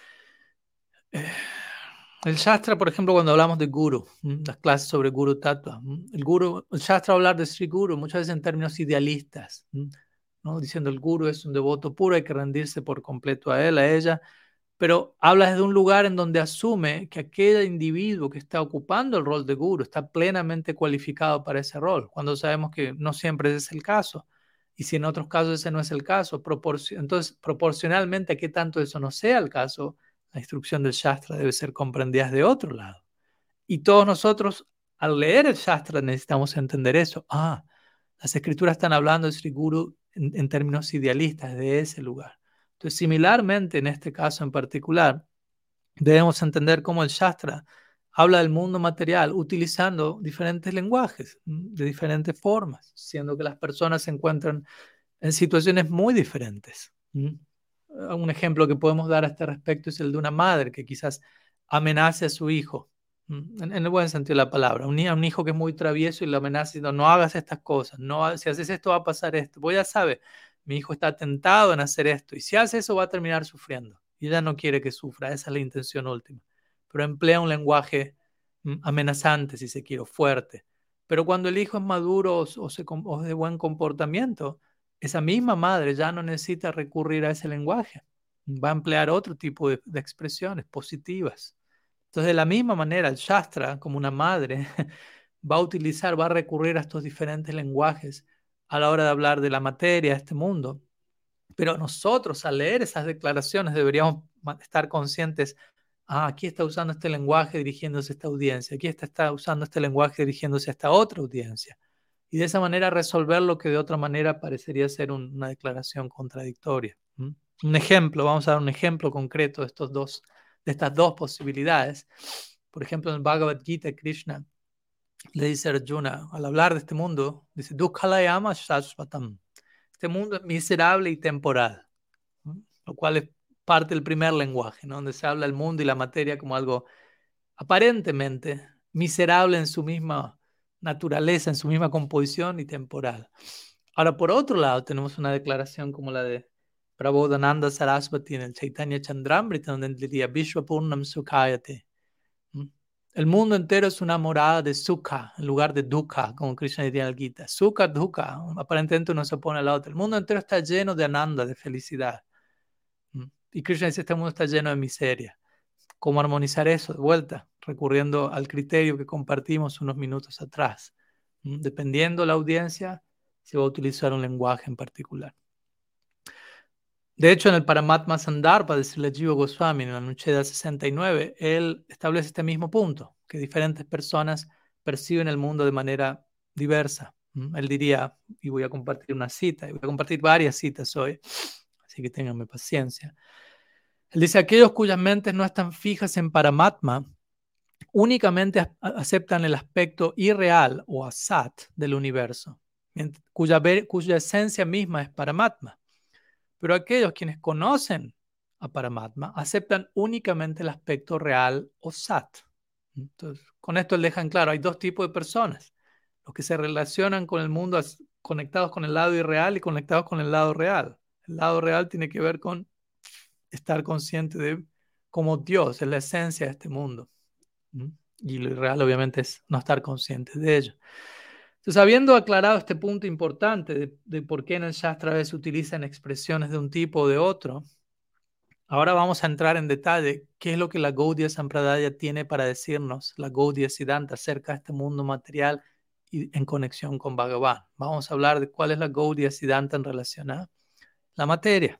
S1: eh, el Shastra, por ejemplo, cuando hablamos de Guru, las clases sobre Guru Tattva, el Shastra hablar de Sri Guru muchas veces en términos idealistas, ¿no? Diciendo el Guru es un devoto puro, hay que rendirse por completo a él, a ella, pero habla desde un lugar en donde asume que aquel individuo que está ocupando el rol de guru está plenamente cualificado para ese rol, cuando sabemos que no siempre ese es el caso. Y si en otros casos ese no es el caso, entonces proporcionalmente a que tanto eso no sea el caso, la instrucción del Shastra debe ser comprendida de otro lado. Y todos nosotros, al leer el Shastra, necesitamos entender eso. Las escrituras están hablando de Sri Guru en términos idealistas, de ese lugar. Entonces, similarmente, en este caso en particular, debemos entender cómo el Shastra habla del mundo material utilizando diferentes lenguajes, de diferentes formas, siendo que las personas se encuentran en situaciones muy diferentes. Un ejemplo que podemos dar a este respecto es el de una madre que quizás amenace a su hijo, en el buen sentido de la palabra, un hijo que es muy travieso y lo amenaza diciendo, no hagas estas cosas, no, si haces esto va a pasar esto, pues ya sabe, mi hijo está tentado en hacer esto y si hace eso va a terminar sufriendo y ella no quiere que sufra, esa es la intención última, pero emplea un lenguaje amenazante, si se quiere, o fuerte. Pero cuando el hijo es maduro o de buen comportamiento, esa misma madre ya no necesita recurrir a ese lenguaje. Va a emplear otro tipo de expresiones positivas. Entonces, de la misma manera, el Shastra, como una madre, va a recurrir a estos diferentes lenguajes a la hora de hablar de la materia de este mundo. Pero nosotros, al leer esas declaraciones, deberíamos estar conscientes, aquí está usando este lenguaje dirigiéndose a esta audiencia, aquí está usando este lenguaje dirigiéndose a esta otra audiencia y de esa manera resolver lo que de otra manera parecería ser una declaración contradictoria. Un ejemplo, vamos a dar un ejemplo concreto de estas dos posibilidades. Por ejemplo, en el Bhagavad Gita, Krishna le dice a Arjuna, al hablar de este mundo, dice, Dukhalayama Shashvatam. Este mundo es miserable y temporal, lo cual es parte del primer lenguaje, ¿no? Donde se habla del mundo y la materia como algo aparentemente miserable en su misma naturaleza, en su misma composición y temporal. Ahora, por otro lado, tenemos una declaración como la de Prabodhananda Saraswati en el Chaitanya Chandramrita, donde él diría Vishwapurnam Sukhayate. El mundo entero es una morada de Sukha en lugar de Dukkha, como Krishna diría en el Gita. Sukha, Dukkha, aparentemente uno se opone al otro. El mundo entero está lleno de Ananda, de felicidad. Y Krishna dice, este mundo está lleno de miseria. ¿Cómo armonizar eso? De vuelta, recurriendo al criterio que compartimos unos minutos atrás. Dependiendo de la audiencia, se va a utilizar un lenguaje en particular. De hecho, en el Paramatma Sandarbha de Srila Jiva Goswami, en la Anucheda 69, él establece este mismo punto, que diferentes personas perciben el mundo de manera diversa. Él diría, y voy a compartir una cita, y voy a compartir varias citas hoy, así que ténganme paciencia. Él dice, aquellos cuyas mentes no están fijas en Paramatma, únicamente aceptan el aspecto irreal o asat del universo, cuya esencia misma es Paramatma. Pero aquellos quienes conocen a Paramatma aceptan únicamente el aspecto real o sat. Entonces, con esto le dejan claro, hay dos tipos de personas, los que se relacionan con el mundo conectados con el lado irreal y conectados con el lado real. El lado real tiene que ver con estar consciente de cómo Dios es la esencia de este mundo. Y lo irreal obviamente es no estar consciente de ello. Entonces, habiendo aclarado este punto importante de por qué en el Shastra a veces se utilizan expresiones de un tipo o de otro, ahora vamos a entrar en detalle qué es lo que la Gaudiya Sampradaya tiene para decirnos, la Gaudiya Siddhanta, acerca de este mundo material y en conexión con Bhagavan. Vamos a hablar de cuál es la Gaudiya Siddhanta en relación a la materia.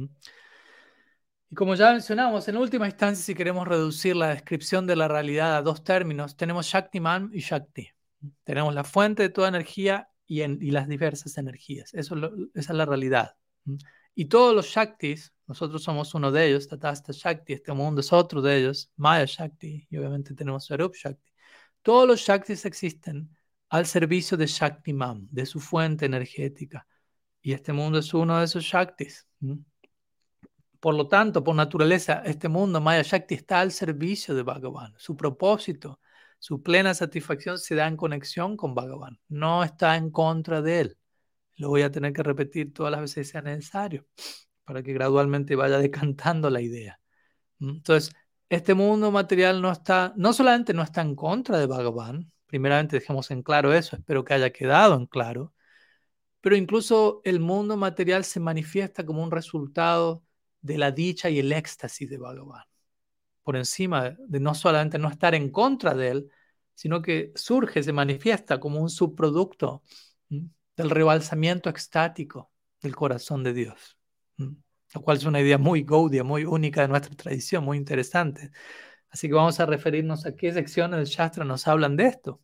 S1: Y como ya mencionamos, en última instancia, si queremos reducir la descripción de la realidad a dos términos, tenemos Shaktiman y Shakti. Tenemos la fuente de toda energía y las diversas energías. Esa es la realidad. Y todos los Shaktis, nosotros somos uno de ellos, Tatasta Shakti, este mundo es otro de ellos, Maya Shakti, y obviamente tenemos Sarup Shakti. Todos los Shaktis existen al servicio de Shaktiman, de su fuente energética. Y este mundo es uno de esos Shaktis. Por lo tanto, por naturaleza, este mundo Maya Shakti está al servicio de Bhagavan. Su propósito, su plena satisfacción se da en conexión con Bhagavan. No está en contra de él. Lo voy a tener que repetir todas las veces que sea necesario para que gradualmente vaya decantando la idea. Entonces, este mundo material no solamente no está en contra de Bhagavan, primeramente dejemos en claro eso, espero que haya quedado en claro, pero incluso el mundo material se manifiesta como un resultado de la dicha y el éxtasis de Bhagavan, por encima de no solamente no estar en contra de él, sino que surge, se manifiesta como un subproducto del rebalsamiento extático del corazón de Dios. Lo cual es una idea muy gaudia, muy única de nuestra tradición, muy interesante. Así que vamos a referirnos a qué secciones del Shastra nos hablan de esto.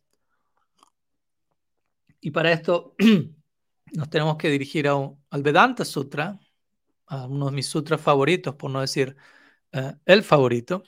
S1: Y para esto nos tenemos que dirigir al Vedanta Sutra, a uno de mis sutras favoritos, por no decir el favorito,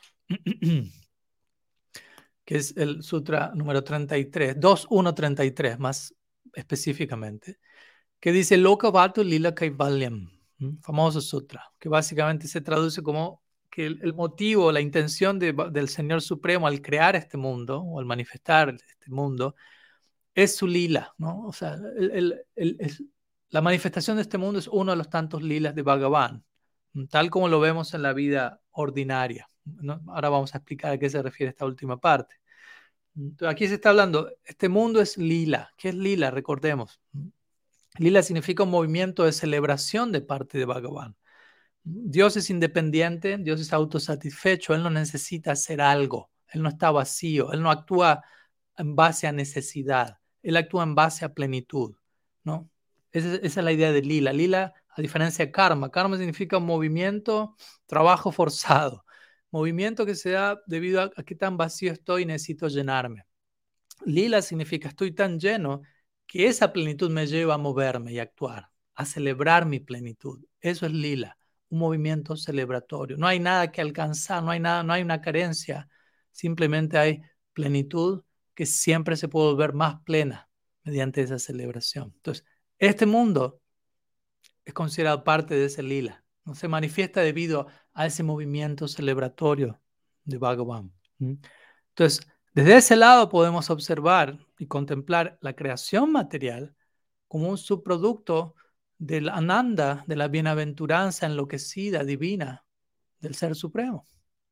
S1: que es el sutra número 33, 2133 más específicamente, que dice Lokavatu Lila Kaivalyam, famoso sutra, que básicamente se traduce como que el motivo, la intención del Señor Supremo al crear este mundo o al manifestar este mundo es su lila, ¿no? O sea, la manifestación de este mundo es uno de los tantos lilas de Bhagavan, tal como lo vemos en la vida ordinaria, ¿no? Ahora vamos a explicar a qué se refiere esta última parte. Entonces, aquí se está hablando, este mundo es lila. ¿Qué es lila? Recordemos. Lila significa un movimiento de celebración de parte de Bhagavan. Dios es independiente, Dios es autosatisfecho, Él no necesita hacer algo, Él no está vacío, Él no actúa en base a necesidad, Él actúa en base a plenitud, ¿no? Esa es la idea de lila. Lila, a diferencia de karma, karma significa un movimiento, trabajo forzado, movimiento que se da debido a qué tan vacío estoy y necesito llenarme. Lila significa estoy tan lleno que esa plenitud me lleva a moverme y actuar, a celebrar mi plenitud. Eso es lila, un movimiento celebratorio. No hay nada que alcanzar, no hay nada, no hay una carencia, simplemente hay plenitud que siempre se puede volver más plena mediante esa celebración. Entonces, este mundo es considerado parte de ese lila, no se manifiesta debido a ese movimiento celebratorio de Bhagavan. Entonces, desde ese lado podemos observar y contemplar la creación material como un subproducto del ananda, de la bienaventuranza enloquecida, divina del Ser Supremo.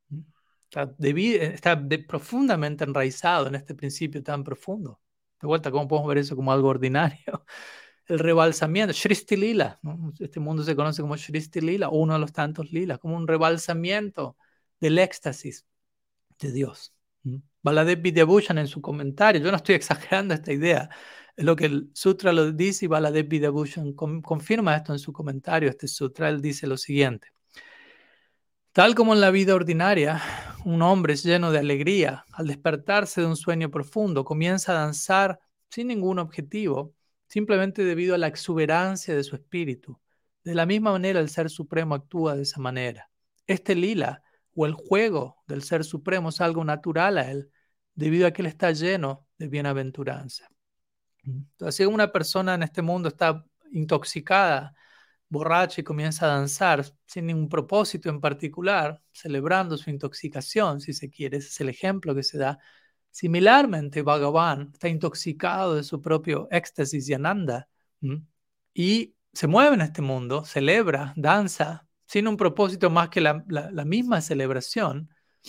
S1: Está profundamente enraizado en este principio tan profundo. De vuelta, ¿cómo podemos ver eso como algo ordinario? El rebalsamiento, Shristi Lila, ¿no? Este mundo se conoce como Shristi Lila, uno de los tantos lilas, como un rebalsamiento del éxtasis de Dios. Baladev Vidyabhushan en su comentario, yo no estoy exagerando esta idea, es lo que el sutra lo dice y Baladev Vidyabhushan confirma esto en su comentario. Este sutra, él dice lo siguiente: tal como en la vida ordinaria, un hombre es lleno de alegría, al despertarse de un sueño profundo, comienza a danzar sin ningún objetivo, simplemente debido a la exuberancia de su espíritu. De la misma manera, el Ser Supremo actúa de esa manera. Este lila o el juego del Ser Supremo es algo natural a él, debido a que él está lleno de bienaventuranza. Entonces, si una persona en este mundo está intoxicada, borracha y comienza a danzar sin ningún propósito en particular, celebrando su intoxicación, si se quiere, ese es el ejemplo que se da. Similarmente, Bhagavan está intoxicado de su propio éxtasis y ananda, y se mueve en este mundo, celebra, danza, sin un propósito más que la misma celebración,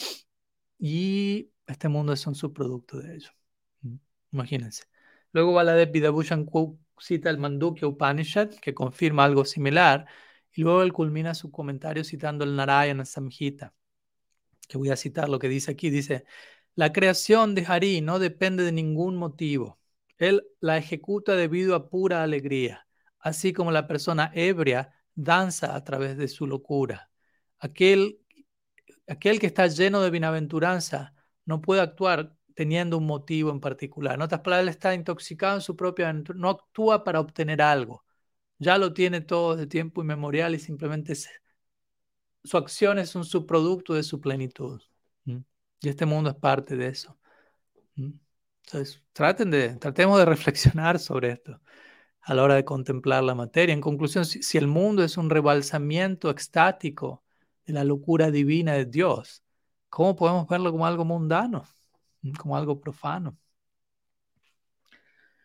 S1: y este mundo es un subproducto de ello. Imagínense. Luego Baladev Vidyabhushan cita el Mandukya Upanishad, que confirma algo similar, y luego él culmina su comentario citando el Narayana Samhita, que voy a citar lo que dice aquí. Dice: la creación de Hari no depende de ningún motivo. Él la ejecuta debido a pura alegría, así como la persona ebria danza a través de su locura. Aquel que está lleno de bienaventuranza no puede actuar teniendo un motivo en particular. En otras palabras, él está intoxicado en su propia aventura, no actúa para obtener algo. Ya lo tiene todo de tiempo inmemorial y simplemente su acción es un subproducto de su plenitud. Y este mundo es parte de eso. Entonces, tratemos de reflexionar sobre esto a la hora de contemplar la materia. En conclusión, si el mundo es un rebalsamiento extático de la locura divina de Dios, ¿cómo podemos verlo como algo mundano, como algo profano?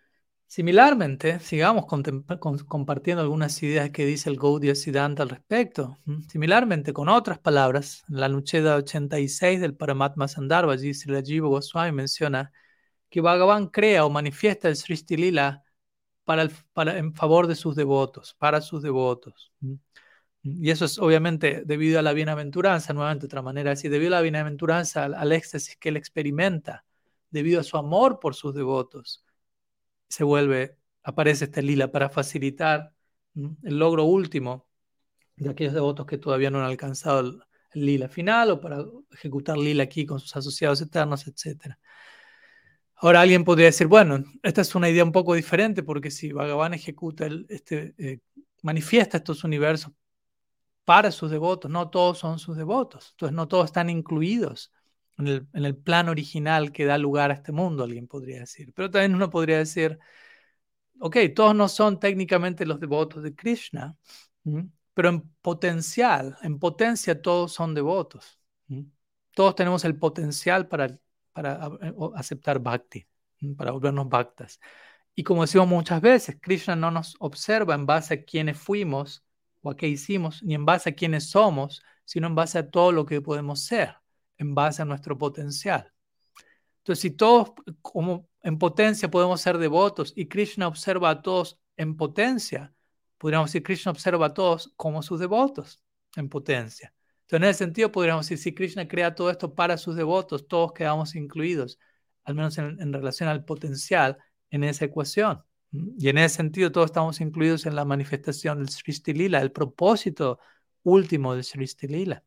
S1: Similarmente, sigamos compartiendo algunas ideas que dice el Gaudiya Siddhanta al respecto. Similarmente, con otras palabras, en la Anucheda 86 del Paramatma Sandarbha, allí Srila Jiva Goswami menciona que Bhagavan crea o manifiesta el Srishti Lila en favor de sus devotos, para sus devotos. Y eso es obviamente debido a la bienaventuranza, nuevamente otra manera de decir, debido a la bienaventuranza, al éxtasis que él experimenta, debido a su amor por sus devotos, aparece este lila para facilitar el logro último de aquellos devotos que todavía no han alcanzado el lila final o para ejecutar lila aquí con sus asociados eternos, etc. Ahora alguien podría decir, bueno, esta es una idea un poco diferente porque si Bhagavan ejecuta manifiesta estos universos para sus devotos, no todos son sus devotos, entonces no todos están incluidos en el plan original que da lugar a este mundo, alguien podría decir. Pero también uno podría decir, ok, todos no son técnicamente los devotos de Krishna, pero en potencia todos son devotos. Todos tenemos el potencial para aceptar bhakti, para volvernos bhaktas. Y como decimos muchas veces, Krishna no nos observa en base a quiénes fuimos o a qué hicimos, ni en base a quiénes somos, sino en base a todo lo que podemos ser, en base a nuestro potencial. Entonces, si todos como en potencia podemos ser devotos y Krishna observa a todos en potencia, podríamos decir Krishna observa a todos como sus devotos en potencia. Entonces, en ese sentido, podríamos decir, si Krishna crea todo esto para sus devotos, todos quedamos incluidos, al menos en relación al potencial en esa ecuación. Y en ese sentido, todos estamos incluidos en la manifestación del Srishti Lila, el propósito último del Srishti Lila.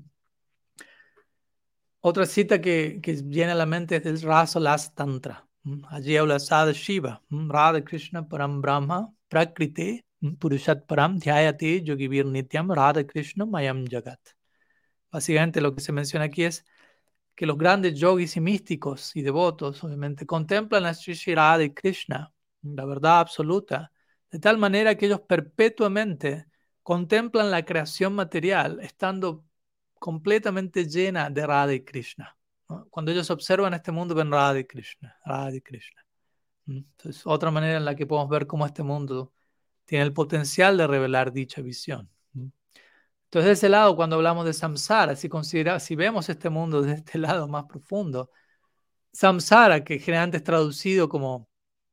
S1: Otra cita que viene a la mente es del Rasa Las Tantra. Allí habla Sada Shiva, Radha Krishna Param Brahma, Prakriti, Purushat Param, Dhyayate Yogivir Nityam, Radha Krishna Mayam Jagat. Básicamente lo que se menciona aquí es que los grandes yogis y místicos y devotos, obviamente, contemplan a Sri Sri Radha y Krishna, la verdad absoluta, de tal manera que ellos perpetuamente contemplan la creación material, estando completamente llena de Radha y Krishna, ¿no? Cuando ellos observan este mundo, ven Radha y Krishna, Radha y Krishna. Entonces, otra manera en la que podemos ver cómo este mundo tiene el potencial de revelar dicha visión. Entonces, de ese lado, cuando hablamos de samsara, si vemos este mundo desde este lado más profundo, samsara, que generalmente es traducido como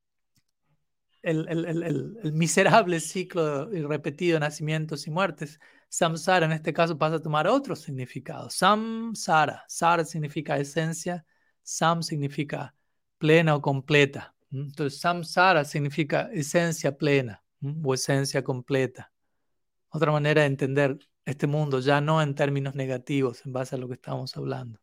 S1: el miserable ciclo irrepetido de nacimientos y muertes, samsara en este caso pasa a tomar otro significado. Samsara, sara significa esencia, sam significa plena o completa. Entonces, samsara significa esencia plena o esencia completa. Otra manera de entender este mundo, ya no en términos negativos, en base a lo que estamos hablando.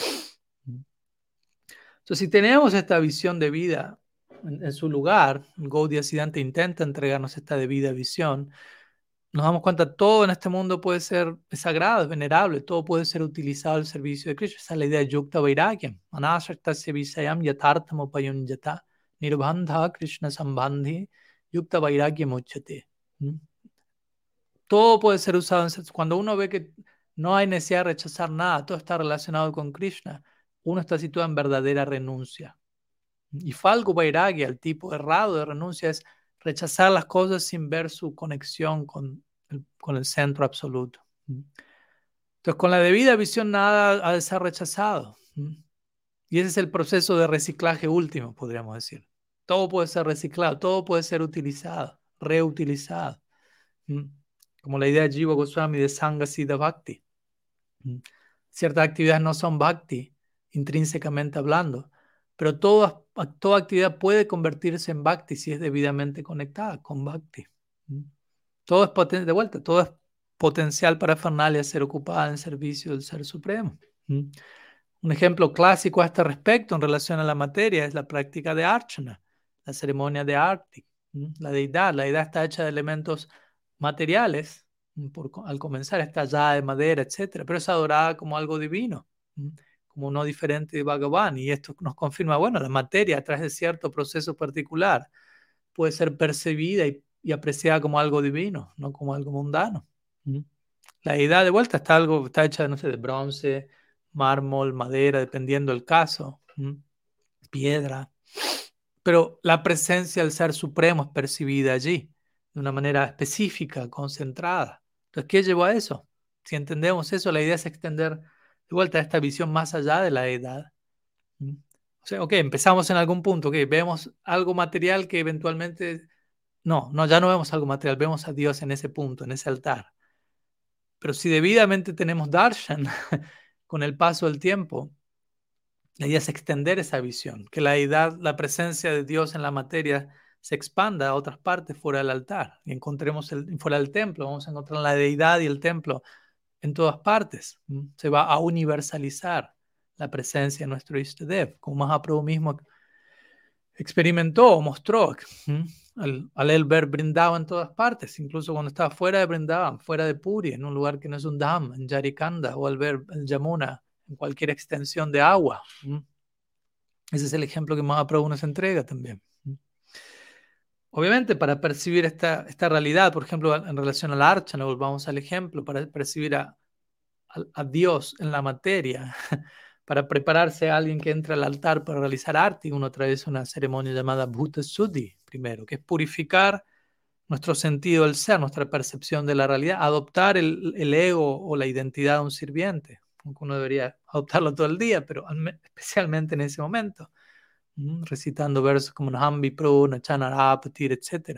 S1: Entonces, si tenemos esta visión de vida en su lugar, Gaudiya Siddhanta intenta entregarnos esta debida visión, nos damos cuenta que todo en este mundo puede ser sagrado, es venerable, todo puede ser utilizado al servicio de Krishna. Esa es la idea de Yukta Vairagyam. Anasaktasya Visayam Yathartham Upayunjata Nirbandha Krishna Sambandhi Yukta Vairagyam Uchyate. Todo puede ser usado cuando uno ve que no hay necesidad de rechazar nada, todo está relacionado con Krishna, uno está situado en verdadera renuncia. Y Falgu Vairagya, el tipo errado de renuncia, es rechazar las cosas sin ver su conexión con el centro absoluto. Entonces, con la debida visión, nada ha de ser rechazado. Y ese es el proceso de reciclaje último, podríamos decir. Todo puede ser reciclado, todo puede ser utilizado, reutilizado. Como la idea de Jiva Goswami de Sangha Siddha Bhakti. Ciertas actividades no son Bhakti, intrínsecamente hablando, pero toda actividad puede convertirse en Bhakti si es debidamente conectada con Bhakti. Todo es de vuelta, todo es potencial para Fernalia ser ocupada en servicio del Ser Supremo. Un ejemplo clásico a este respecto en relación a la materia es la práctica de Archana, la ceremonia de Arti. La deidad está hecha de elementos materiales, al comenzar está tallada de madera, etc., pero es adorada como algo divino, como no diferente de Bhagavan, y esto nos confirma, bueno, la materia a través de cierto proceso particular puede ser percibida y apreciada como algo divino, no como algo mundano. La deidad de vuelta está hecha, no sé, de bronce, mármol, madera, dependiendo del caso, piedra, pero la presencia del Ser Supremo es percibida allí, de una manera específica, concentrada. Entonces, ¿qué llevó a eso? Si entendemos eso, la idea es extender de vuelta esta visión más allá de la deidad. ¿Mm? O sea, ok, empezamos en algún punto, ok, vemos algo material que eventualmente... No, no, ya no vemos algo material, vemos a Dios en ese punto, en ese altar. Pero si debidamente tenemos darshan, con el paso del tiempo, la idea es extender esa visión, que la deidad, la presencia de Dios en la materia se expanda a otras partes fuera del altar. Y encontremos fuera del templo, vamos a encontrar la deidad y el templo en todas partes. Se va a universalizar la presencia de nuestro Ishtadev, como Mahaprabhu mismo experimentó o mostró al él ver Vrindavan en todas partes, incluso cuando estaba fuera de Vrindavan, fuera de Puri, en un lugar que no es un dham, en Yarikanda, o al ver el Yamuna en cualquier extensión de agua. Ese es el ejemplo que Mahaprabhu nos entrega también. Obviamente, para percibir esta realidad, por ejemplo, en relación a la archana, volvamos al ejemplo, para percibir a Dios en la materia, para prepararse a alguien que entra al altar para realizar arti, uno atraviesa una ceremonia llamada Bhuta Suddhi, primero, que es purificar nuestro sentido del ser, nuestra percepción de la realidad, adoptar el ego o la identidad de un sirviente, aunque uno debería adoptarlo todo el día, pero especialmente en ese momento, recitando versos como Nahambi Pro, Nachanarapatir, etc.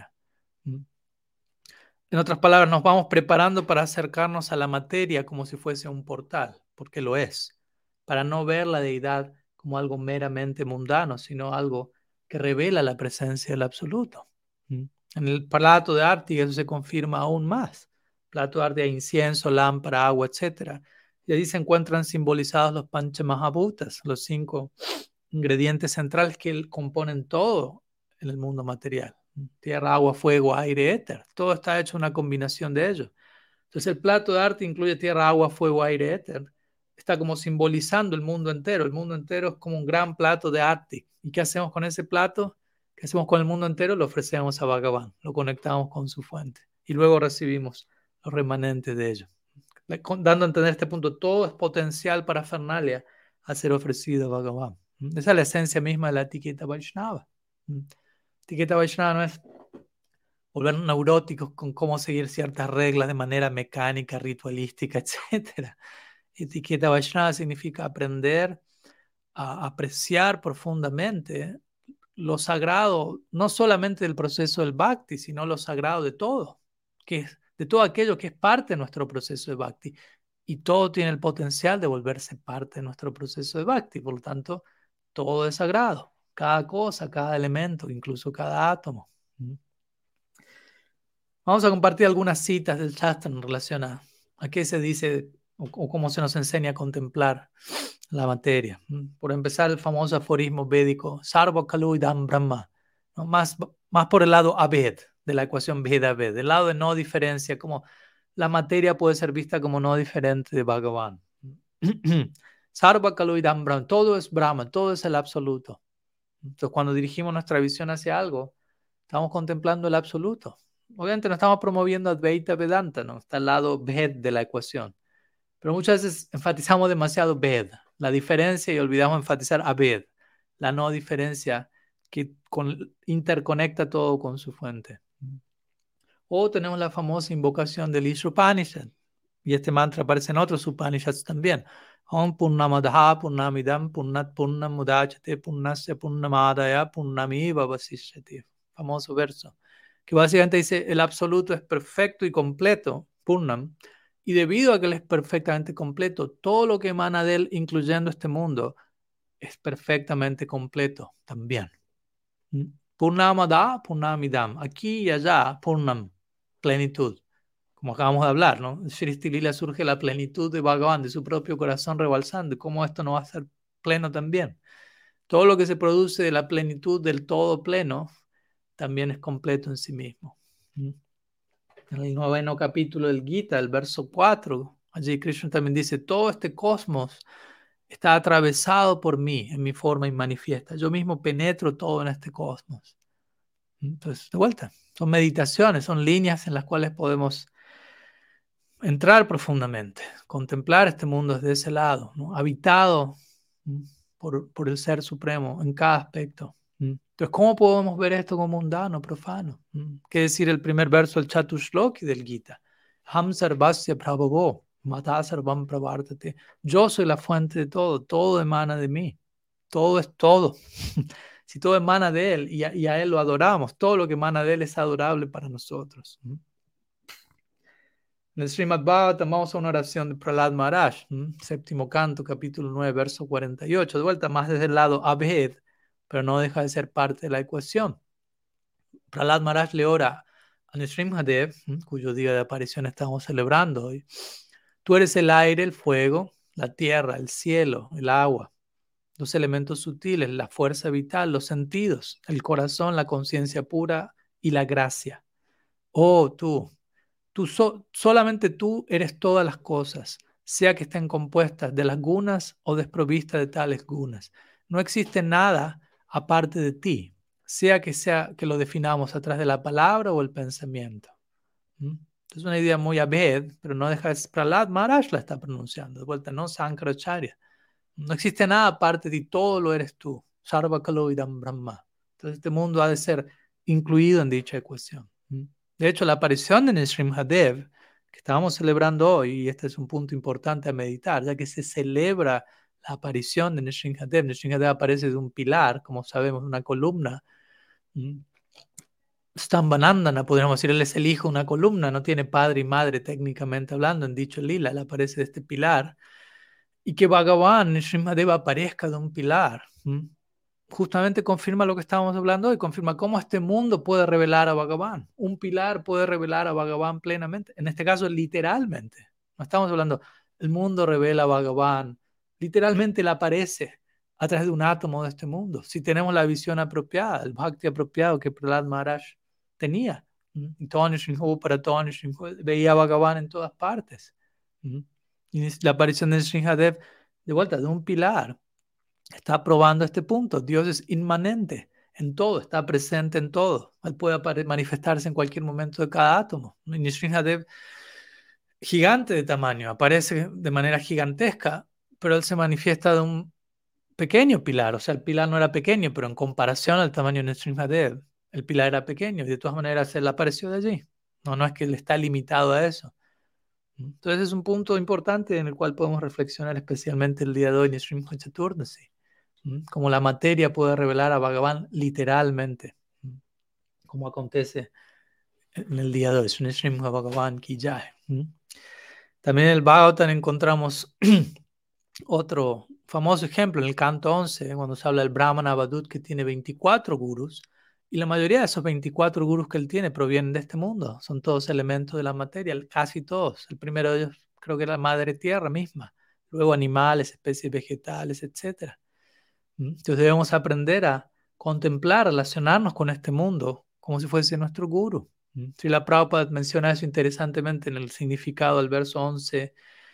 S1: En otras palabras, nos vamos preparando para acercarnos a la materia como si fuese un portal, porque lo es, para no ver la deidad como algo meramente mundano, sino algo que revela la presencia del absoluto. En el plato de Arti eso se confirma aún más. Plato de Arti hay incienso, lámpara, agua, etc. Y allí se encuentran simbolizados los Panchamahabhutas, los 5 ingredientes centrales que componen todo en el mundo material. Tierra, agua, fuego, aire, éter. Todo está hecho una combinación de ellos. Entonces el plato de arte incluye tierra, agua, fuego, aire, éter. Está como simbolizando el mundo entero. El mundo entero es como un gran plato de arte. ¿Y qué hacemos con ese plato? ¿Qué hacemos con el mundo entero? Lo ofrecemos a Bhagavan. Lo conectamos con su fuente. Y luego recibimos los remanentes de ello. Dando a entender este punto, todo es potencial para Fernalia a ser ofrecido a Bhagavan. Esa es la esencia misma de la etiqueta Vaishnava. Etiqueta Vaishnava no es volver neuróticos con cómo seguir ciertas reglas de manera mecánica, ritualística, etc. Etiqueta Vaishnava significa aprender a apreciar profundamente lo sagrado, no solamente del proceso del bhakti, sino lo sagrado de todo, que es de todo aquello que es parte de nuestro proceso de bhakti. Y todo tiene el potencial de volverse parte de nuestro proceso de bhakti. Por lo tanto, todo es sagrado. Cada cosa, cada elemento, incluso cada átomo. Vamos a compartir algunas citas del Shastra en relación a qué se dice o cómo se nos enseña a contemplar la materia. Por empezar, el famoso aforismo védico, Sarva Kalu Idam Brahma, ¿no? Más por el lado Abed, de la ecuación Veda-Abed, del lado de no diferencia, como la materia puede ser vista como no diferente de Bhagavan. Sarva Kalu Idam Brahma, todo es Brahma, todo es el absoluto. Entonces, cuando dirigimos nuestra visión hacia algo, estamos contemplando el absoluto. Obviamente no estamos promoviendo Advaita Vedanta, ¿no? Está al lado Ved de la ecuación. Pero muchas veces enfatizamos demasiado Ved, la diferencia, y olvidamos enfatizar Abed, la no diferencia que interconecta todo con su fuente. O tenemos la famosa invocación del Ishupanishad, y este mantra aparece en otros Upanishads también. Om Purnamadaha Purnamidam Purnat Purnam Mudachate Purnasya Purnamadaya Purnamiva Vasishyati. Famoso verso, que básicamente dice, el absoluto es perfecto y completo, Purnam, y debido a que él es perfectamente completo, todo lo que emana de él, incluyendo este mundo, es perfectamente completo también. Purnamada, Purnamidam, aquí y allá, Purnam, plenitud. Como acabamos de hablar, ¿no? En Shristi Lila surge la plenitud de Bhagavan, de su propio corazón rebalsando. ¿Cómo esto no va a ser pleno también? Todo lo que se produce de la plenitud del todo pleno también es completo en sí mismo. En el 9º capítulo del Gita, el verso 4, allí Krishna también dice, todo este cosmos está atravesado por mí en mi forma inmanifiesta. Yo mismo penetro todo en este cosmos. Entonces, de vuelta, son meditaciones, son líneas en las cuales podemos entrar profundamente, contemplar este mundo desde ese lado, ¿no? Habitado por el Ser Supremo en cada aspecto. Entonces, ¿cómo podemos ver esto como mundano, profano? ¿Qué decir el primer verso del Chatushloki del Gita? Ham sarvasya prabhavo, mata sarvam pravartate. Yo soy la fuente de todo, todo emana de mí, todo es todo. Si todo emana de Él y a Él lo adoramos, todo lo que emana de Él es adorable para nosotros. En el Srimad Bhagavatam vamos a una oración de Prahlad Maharaj, séptimo canto, capítulo 9, verso 48. De vuelta, más desde el lado Abhed, pero no deja de ser parte de la ecuación. Prahlad Maharaj le ora a Nrsimhadev, cuyo día de aparición estamos celebrando hoy. Tú eres el aire, el fuego, la tierra, el cielo, el agua, los elementos sutiles, la fuerza vital, los sentidos, el corazón, la conciencia pura y la gracia. Oh, solamente tú eres todas las cosas, sea que estén compuestas de las gunas o desprovistas de tales gunas. No existe nada aparte de ti, sea que lo definamos a través de la palabra o el pensamiento. Es una idea muy abed, pero no deja de ser. Prahlad Maharaj la está pronunciando, de vuelta, no Sankaracharya. No existe nada aparte de ti, todo lo eres tú. Sarva Kalo Idam Brahma. Entonces este mundo ha de ser incluido en dicha ecuación. De hecho, la aparición de Nrsimhadev, que estábamos celebrando hoy, y este es un punto importante a meditar, ya que se celebra la aparición de Nrsimhadev. Nrsimhadev aparece de un pilar, como sabemos, una columna. Stambhanandana, podríamos decir, él es el hijo de una columna, no tiene padre y madre técnicamente hablando en dicho lila, él aparece de este pilar. Y que Bhagavan, Nrsimhadeva, aparezca de un pilar. Justamente confirma lo que estábamos hablando y confirma cómo este mundo puede revelar a Bhagavan. Un pilar puede revelar a Bhagavan plenamente. En este caso, literalmente. No estamos hablando, el mundo revela a Bhagavan. Literalmente él aparece a través de un átomo de este mundo. Si tenemos la visión apropiada, el bhakti apropiado que Prahlad Maharaj tenía. Y todo Nrsimha, para todo Nrsimha, veía a Bhagavan en todas partes. Y la aparición de Nrsimhadev, de vuelta, de un pilar, está probando este punto. Dios es inmanente en todo, está presente en todo. Él puede manifestarse en cualquier momento de cada átomo. Y Nrsimhadev, gigante de tamaño, aparece de manera gigantesca, pero él se manifiesta de un pequeño pilar. O sea, el pilar no era pequeño, pero en comparación al tamaño de Nrsimhadev, el pilar era pequeño y de todas maneras él apareció de allí. No es que él está limitado a eso. Entonces es un punto importante en el cual podemos reflexionar especialmente el día de hoy en Srimad Chaturdasi. Como la materia puede revelar a Bhagavan literalmente, como acontece en el día de hoy. Srimad Bhagavan Ki Jai. También en el Bhagavatam encontramos otro famoso ejemplo en el canto 11, cuando se habla del Brahmana Avadut, que tiene 24 gurus, y la mayoría de esos 24 gurus que él tiene provienen de este mundo, son todos elementos de la materia, casi todos. El primero de ellos creo que era la madre tierra misma, luego animales, especies vegetales, etc. Entonces debemos aprender a contemplar, relacionarnos con este mundo como si fuese nuestro guru. Srila Prabhupada menciona eso interesantemente en el significado del verso 11,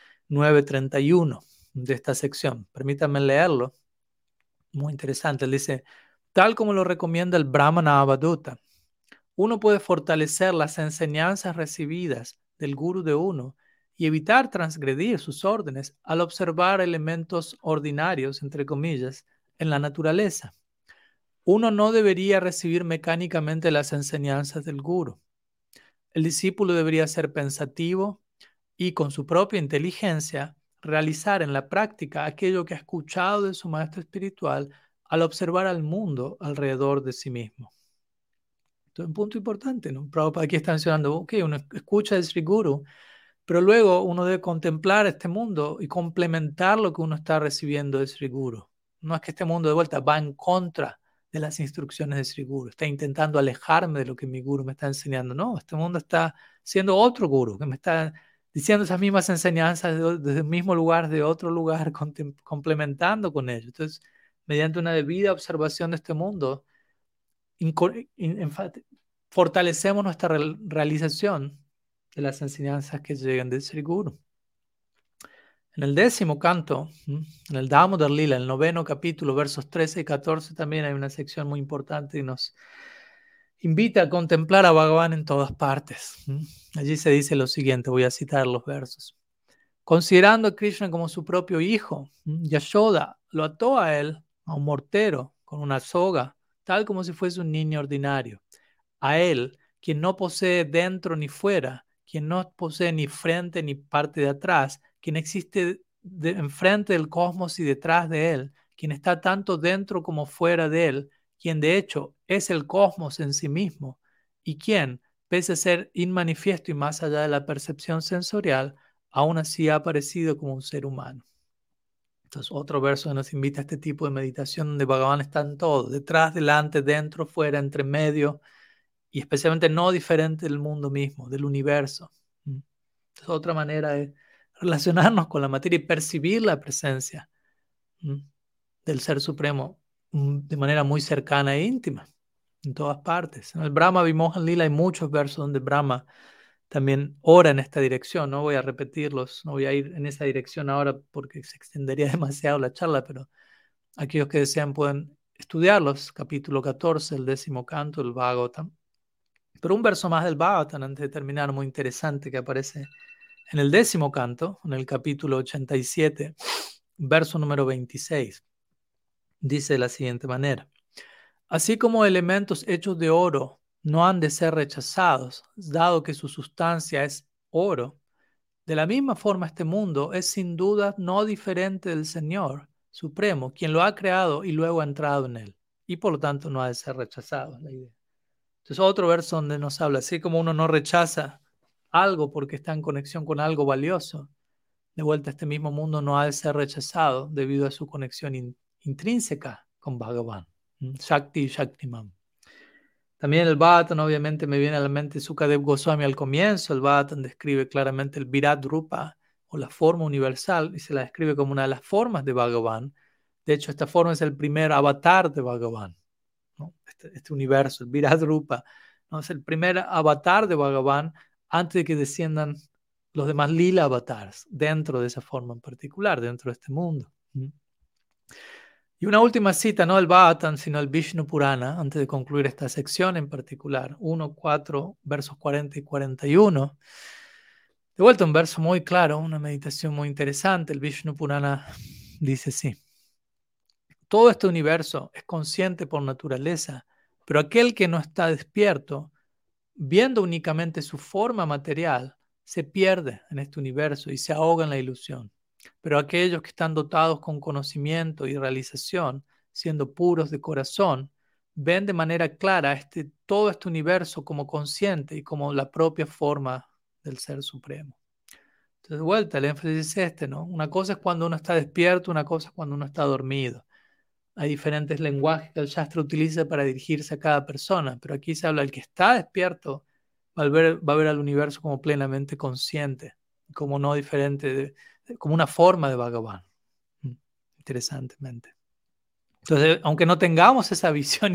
S1: 9:31 de esta sección. Permítanme leerlo. Muy interesante. Él dice, tal como lo recomienda el Brahmana Avaduta, uno puede fortalecer las enseñanzas recibidas del guru de uno y evitar transgredir sus órdenes al observar elementos ordinarios, entre comillas, en la naturaleza. Uno no debería recibir mecánicamente las enseñanzas del guru. El discípulo debería ser pensativo y con su propia inteligencia realizar en la práctica aquello que ha escuchado de su maestro espiritual al observar al mundo alrededor de sí mismo. Entonces, un punto importante, ¿no? Prabhupada aquí está mencionando, ok, uno escucha el Sri Guru, pero luego uno debe contemplar este mundo y complementar lo que uno está recibiendo de Sri Guru. No es que este mundo de vuelta va en contra de las instrucciones de Sri Guru, está intentando alejarme de lo que mi Guru me está enseñando. No, este mundo está siendo otro Guru, que me está diciendo esas mismas enseñanzas desde el mismo lugar, de otro lugar, complementando con ello. Entonces, mediante una debida observación de este mundo, fortalecemos nuestra realización de las enseñanzas que llegan del Sri Guru. En el 10º canto, en el Damodar Lila, el 9º capítulo, versos 13 y 14, también hay una sección muy importante y nos invita a contemplar a Bhagavan en todas partes. Allí se dice lo siguiente, voy a citar los versos. Considerando a Krishna como su propio hijo, Yashoda lo ató a él, a un mortero, con una soga, tal como si fuese un niño ordinario. A él, quien no posee dentro ni fuera, quien no posee ni frente ni parte de atrás, quien existe enfrente del cosmos y detrás de él, quien está tanto dentro como fuera de él, quien de hecho es el cosmos en sí mismo, y quien, pese a ser inmanifiesto y más allá de la percepción sensorial, aún así ha aparecido como un ser humano. Entonces, otro verso que nos invita a este tipo de meditación donde Bhagavan está en todo, detrás, delante, dentro, fuera, entre medio, y especialmente no diferente del mundo mismo, del universo. Entonces, otra manera de relacionarnos con la materia y percibir la presencia del Ser Supremo de manera muy cercana e íntima, en todas partes. En el Brahma Vimohan Lila hay muchos versos donde Brahma también ora en esta dirección. No voy a repetirlos, no voy a ir en esa dirección ahora porque se extendería demasiado la charla, pero aquellos que desean pueden estudiarlos. Capítulo 14, el 10º canto del Bhagavatam. Pero un verso más del Bhagavatam, antes de terminar, muy interesante, que aparece en el 10º canto, en el capítulo 87, verso número 26. Dice de la siguiente manera: así como elementos hechos de oro no han de ser rechazados, dado que su sustancia es oro, de la misma forma este mundo es sin duda no diferente del Señor Supremo, quien lo ha creado y luego ha entrado en él, y por lo tanto no ha de ser rechazado, es la idea. Entonces, otro verso donde nos habla, así como uno no rechaza algo porque está en conexión con algo valioso, de vuelta este mismo mundo no ha de ser rechazado debido a su conexión intrínseca con Bhagavan, Shakti y Shaktiman. También el Bhattan, obviamente me viene a la mente Sukadev Goswami al comienzo. El Bhattan describe claramente el Virat Rupa o la forma universal y se la describe como una de las formas de Bhagavan. De hecho, esta forma es el primer avatar de Bhagavan, ¿no? Este universo, el Virat Rupa, ¿no? Es el primer avatar de Bhagavan antes de que desciendan los demás lila avatars dentro de esa forma en particular, dentro de este mundo. Y una última cita, no el Bhattan, sino el Vishnu Purana, antes de concluir esta sección en particular, 1.4, versos 40 y 41. De vuelta un verso muy claro, una meditación muy interesante. El Vishnu Purana dice así: todo este universo es consciente por naturaleza, pero aquel que no está despierto, viendo únicamente su forma material, se pierde en este universo y se ahoga en la ilusión. Pero aquellos que están dotados con conocimiento y realización, siendo puros de corazón, ven de manera clara todo este universo como consciente y como la propia forma del Ser Supremo. Entonces, de vuelta, el énfasis es este, ¿no? Una cosa es cuando uno está despierto, una cosa es cuando uno está dormido. Hay diferentes lenguajes que el Shastra utiliza para dirigirse a cada persona, pero aquí se habla del que está despierto, va a ver al universo como plenamente consciente, como no diferente, como una forma de Bhagavan. Interesantemente. Entonces, aunque no tengamos esa visión y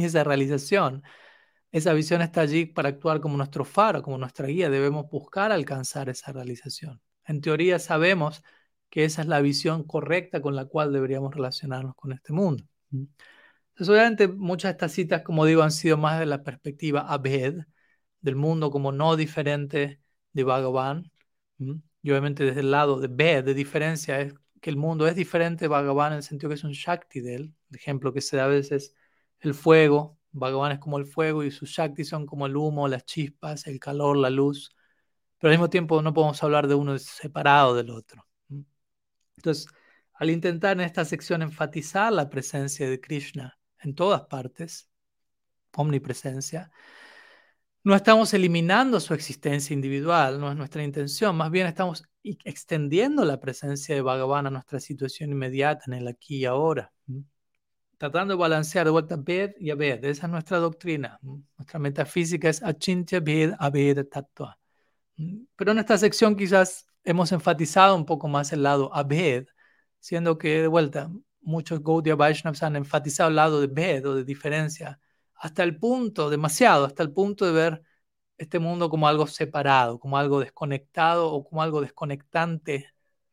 S1: esa visión está allí para actuar como nuestro faro, como nuestra guía. Debemos buscar alcanzar esa realización. En teoría sabemos que esa es la visión correcta con la cual deberíamos relacionarnos con este mundo. Entonces, obviamente, muchas de estas citas, como digo, han sido más de la perspectiva Abhed, del mundo como no diferente de Bhagavan. Y obviamente desde el lado de Ved, de diferencia, es que el mundo es diferente de Bhagavan en el sentido que es un Shakti de él. El ejemplo que se da a veces el fuego. Bhagavan es como el fuego y sus Shakti son como el humo, las chispas, el calor, la luz. Pero al mismo tiempo no podemos hablar de uno separado del otro. Entonces, al intentar en esta sección enfatizar la presencia de Krishna en todas partes, omnipresencia, no estamos eliminando su existencia individual, no es nuestra intención, más bien estamos extendiendo la presencia de Bhagavan a nuestra situación inmediata en el aquí y ahora, tratando de balancear de vuelta Ved y Abed. Esa es nuestra doctrina. Nuestra metafísica es Achintya Ved Abed Tattva. Pero en esta sección quizás hemos enfatizado un poco más el lado Abed, siendo que de vuelta muchos Gaudiya Vaishnavas han enfatizado el lado de Ved o de diferencia, hasta el punto, demasiado, hasta el punto de ver este mundo como algo separado, como algo desconectado o como algo desconectante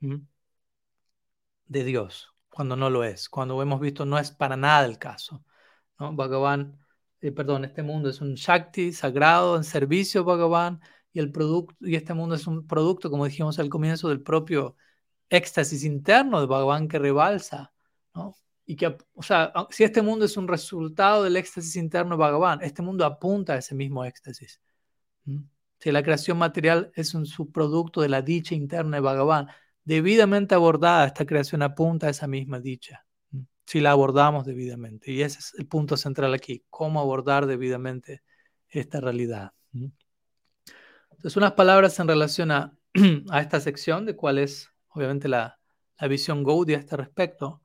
S1: de Dios, cuando no lo es, cuando hemos visto no es para nada el caso, ¿no? Bhagavan, este mundo es un Shakti sagrado en servicio a Bhagavan y este mundo es un producto, como dijimos al comienzo, del propio éxtasis interno de Bhagavan que rebalsa, ¿no? y que, o sea, si este mundo es un resultado del éxtasis interno de Bhagavan, este mundo apunta a ese mismo éxtasis. Si la creación material es un subproducto de la dicha interna de Bhagavan, debidamente abordada, esta creación apunta a esa misma dicha. Si la abordamos debidamente. Y ese es el punto central aquí, cómo abordar debidamente esta realidad. Entonces, unas palabras en relación a, a esta sección, de cuál es, obviamente, la visión Gaudiya a este respecto.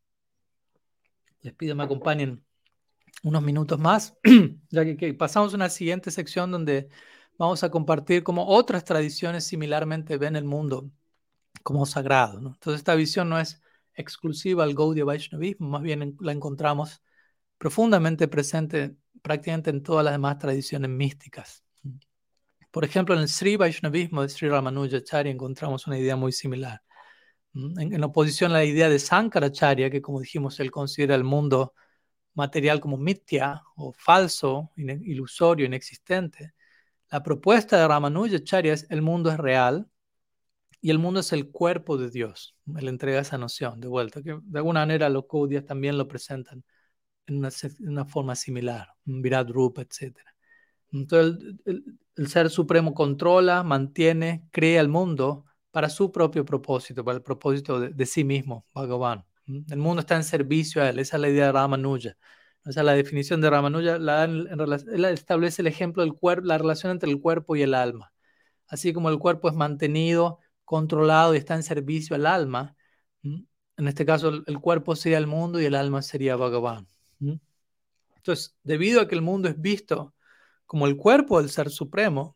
S1: Les pido me acompañen unos minutos más, ya que pasamos a una siguiente sección donde vamos a compartir cómo otras tradiciones similarmente ven el mundo como sagrado, ¿no? Entonces esta visión no es exclusiva al Gaudiya Vaishnavismo, más bien la encontramos profundamente presente prácticamente en todas las demás tradiciones místicas. Por ejemplo, en el Sri Vaishnavismo de Sri Ramanujacharya encontramos una idea muy similar. En oposición a la idea de Sankaracharya, que como dijimos, él considera el mundo material como mithya o falso, ilusorio, inexistente. La propuesta de Ramanujacharya es el mundo es real y el mundo es el cuerpo de Dios. Él entrega esa noción de vuelta, que de alguna manera los Gaudias también lo presentan en una forma similar, Virat Rupa, etc. Entonces el Ser Supremo controla, mantiene, crea el mundo para su propio propósito, para el propósito de sí mismo, Bhagavan. El mundo está en servicio a él, esa es la idea de Ramanuja. Esa es la definición de Ramanuja, él establece el ejemplo del cuerpo, la relación entre el cuerpo y el alma. Así como el cuerpo es mantenido, controlado y está en servicio al alma, en este caso el cuerpo sería el mundo y el alma sería Bhagavan. Entonces, debido a que el mundo es visto como el cuerpo del Ser Supremo,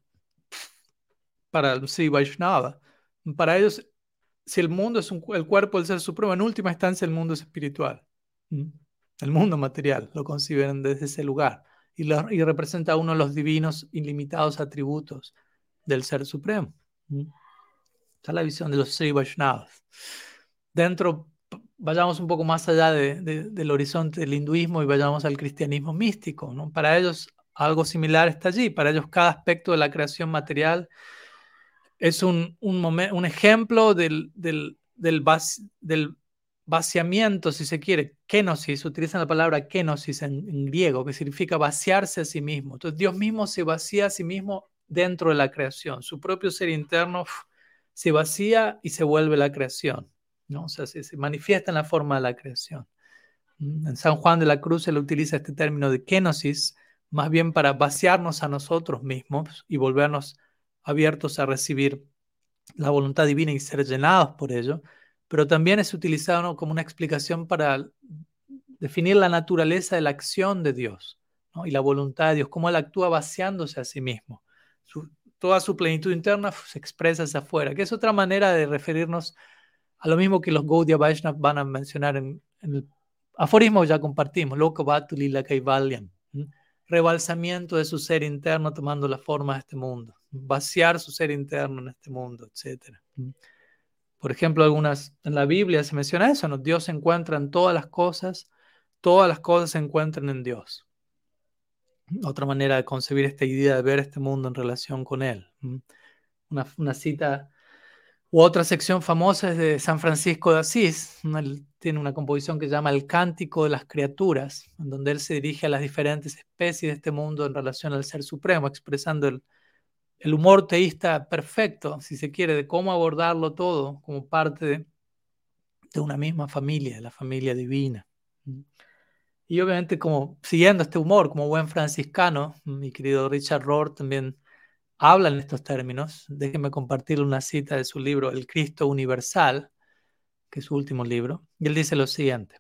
S1: para el Sri Vaishnava, para ellos, si el mundo es el cuerpo del Ser Supremo, en última instancia el mundo es espiritual. El mundo material lo consideran desde ese lugar y representa uno de los divinos ilimitados atributos del Ser Supremo. Esta es la visión de los Sri Vaishnavas. Vayamos un poco más allá del horizonte del hinduismo y vayamos al cristianismo místico, ¿no? Para ellos algo similar está allí. Para ellos cada aspecto de la creación material es un ejemplo del vaciamiento, si se quiere, kenosis. Utilizan la palabra kenosis en griego, que significa vaciarse a sí mismo. Entonces Dios mismo se vacía a sí mismo dentro de la creación. Su propio ser interno se vacía y se vuelve la creación, ¿no? O sea, se manifiesta en la forma de la creación. En San Juan de la Cruz se le utiliza este término de kenosis más bien para vaciarnos a nosotros mismos y volvernos abiertos a recibir la voluntad divina y ser llenados por ello, pero también es utilizado, ¿no?, como una explicación para definir la naturaleza de la acción de Dios, ¿no?, y la voluntad de Dios, cómo Él actúa vaciándose a sí mismo. Toda su plenitud interna se expresa hacia afuera, que es otra manera de referirnos a lo mismo que los Gaudiya Vaishnavas van a mencionar en el aforismo que ya compartimos, Lokavatu Lila Kaivalyam, rebalsamiento de su ser interno tomando la forma de este mundo, vaciar su ser interno en este mundo, etc. Por ejemplo, en la Biblia se menciona eso, ¿no? Dios se encuentra en todas las cosas se encuentran en Dios. Otra manera de concebir esta idea de ver este mundo en relación con Él. Una cita u otra sección famosa es de San Francisco de Asís. Él tiene una composición que se llama El Cántico de las Criaturas, en donde él se dirige a las diferentes especies de este mundo en relación al Ser Supremo, expresando el humor teísta perfecto, si se quiere, de cómo abordarlo todo como parte de una misma familia, de la familia divina. Y obviamente, como siguiendo este humor, como buen franciscano, mi querido Richard Rohr también habla en estos términos. Déjenme compartirle una cita de su libro El Cristo Universal, que es su último libro, y él dice lo siguiente: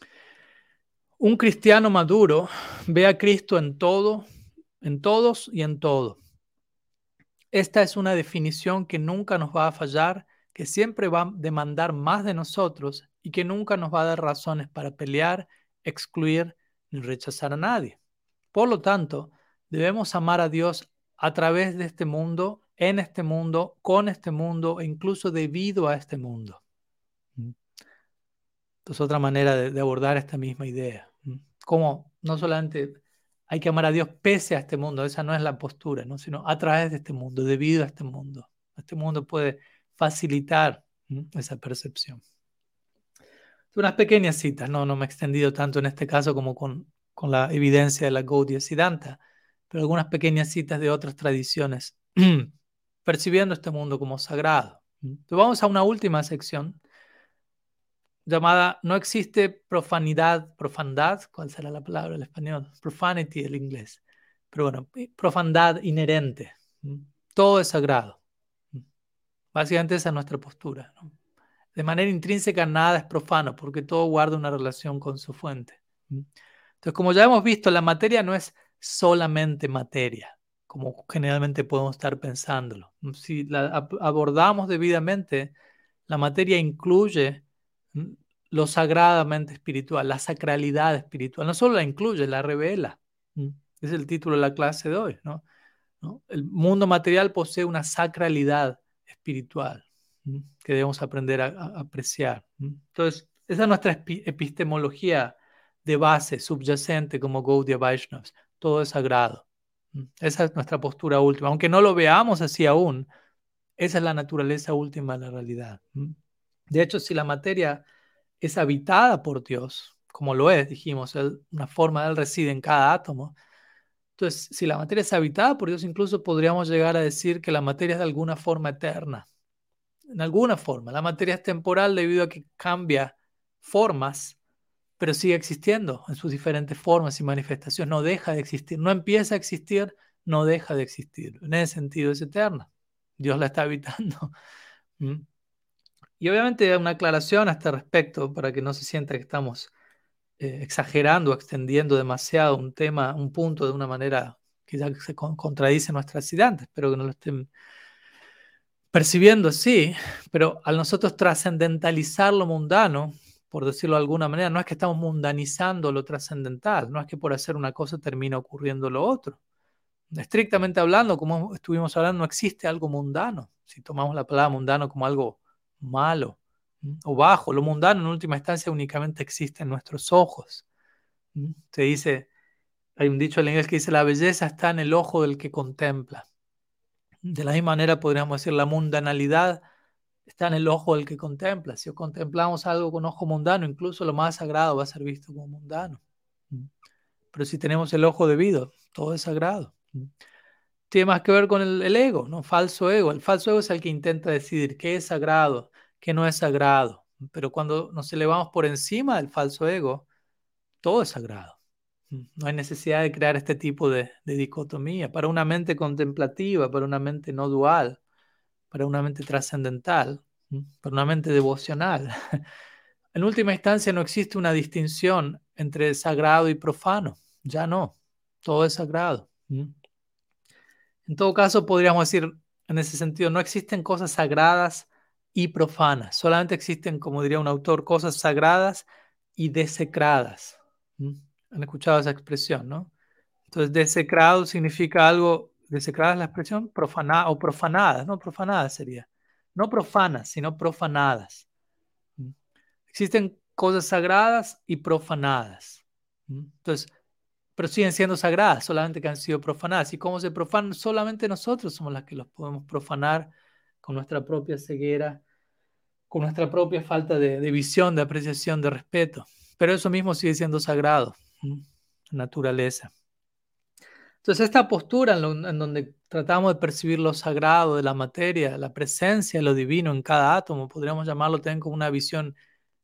S1: un cristiano maduro ve a Cristo en todo, en todos y en todo. Esta es una definición que nunca nos va a fallar, que siempre va a demandar más de nosotros y que nunca nos va a dar razones para pelear, excluir ni rechazar a nadie. Por lo tanto, debemos amar a Dios a través de este mundo, en este mundo, con este mundo e incluso debido a este mundo. Entonces, otra manera de abordar esta misma idea. Como no solamente hay que amar a Dios pese a este mundo, esa no es la postura, ¿no?, sino a través de este mundo, debido a este mundo. Este mundo puede facilitar esa percepción. Unas pequeñas citas, no me he extendido tanto en este caso como con la evidencia de la Gaudiya Siddhanta, pero algunas pequeñas citas de otras tradiciones, percibiendo este mundo como sagrado. Entonces vamos a una última sección llamada No existe profanidad, ¿cuál será la palabra en español? Profanity el inglés, pero bueno, profundidad inherente. Todo es sagrado. Básicamente esa es nuestra postura, ¿no? De manera intrínseca nada es profano porque todo guarda una relación con su fuente. Entonces, como ya hemos visto, la materia no es solamente materia, como generalmente podemos estar pensándolo. Si la abordamos debidamente, la materia incluye mm, lo sagradamente espiritual, la sacralidad espiritual. No solo la incluye, la revela. Es el título de la clase de hoy, ¿no? ¿No? El mundo material posee una sacralidad espiritual que debemos aprender a apreciar. Entonces, esa es nuestra epistemología de base, subyacente como Gaudiya Vaishnavas. Todo es sagrado. Esa es nuestra postura última. Aunque no lo veamos así aún, esa es la naturaleza última de la realidad. De hecho, si la materia es habitada por Dios, como lo es, dijimos, una forma de él reside en cada átomo. Entonces, si la materia es habitada por Dios, incluso podríamos llegar a decir que la materia es de alguna forma eterna. En alguna forma. La materia es temporal debido a que cambia formas, pero sigue existiendo en sus diferentes formas y manifestaciones. No deja de existir. No empieza a existir, no deja de existir. En ese sentido es eterna. Dios la está habitando. ¿Mm? Y obviamente una aclaración a este respecto para que no se sienta que estamos exagerando o extendiendo demasiado un tema, un punto de una manera que ya se contradice nuestras ideas. Espero que no lo estén percibiendo así, pero al nosotros trascendentalizar lo mundano, por decirlo de alguna manera, no es que estamos mundanizando lo trascendental, no es que por hacer una cosa termina ocurriendo lo otro. Estrictamente hablando, como estuvimos hablando, no existe algo mundano. Si tomamos la palabra mundano como algo malo o bajo, lo mundano en última instancia únicamente existe en nuestros ojos. Se dice, hay un dicho en inglés que dice, la belleza está en el ojo del que contempla. De la misma manera podríamos decir, la mundanalidad está en el ojo del que contempla. Si contemplamos algo con ojo mundano, incluso lo más sagrado va a ser visto como mundano. Pero si tenemos el ojo debido, todo es sagrado. Tiene más que ver con el ego, ¿no? Falso ego. El falso ego es el que intenta decidir qué es sagrado, qué no es sagrado. Pero cuando nos elevamos por encima del falso ego, todo es sagrado. No hay necesidad de crear este tipo de dicotomía. Para una mente contemplativa, para una mente no dual, para una mente trascendental, para una mente devocional. En última instancia no existe una distinción entre sagrado y profano. Ya no. Todo es sagrado. En todo caso, podríamos decir, en ese sentido, no existen cosas sagradas y profanas. Solamente existen, como diría un autor, cosas sagradas y desecradas. ¿Han escuchado esa expresión, no? Entonces, desecrado significa algo, desecrada es la expresión, profana o profanadas, ¿no? Profanadas sería. No profanas, sino profanadas. Existen cosas sagradas y profanadas. Entonces, pero siguen siendo sagradas, solamente que han sido profanadas. ¿Y cómo se profanan? Solamente nosotros somos las que los podemos profanar con nuestra propia ceguera, con nuestra propia falta de visión, de apreciación, de respeto. Pero eso mismo sigue siendo sagrado, naturaleza. Entonces, esta postura en donde tratamos de percibir lo sagrado de la materia, la presencia de lo divino en cada átomo, podríamos llamarlo también como una visión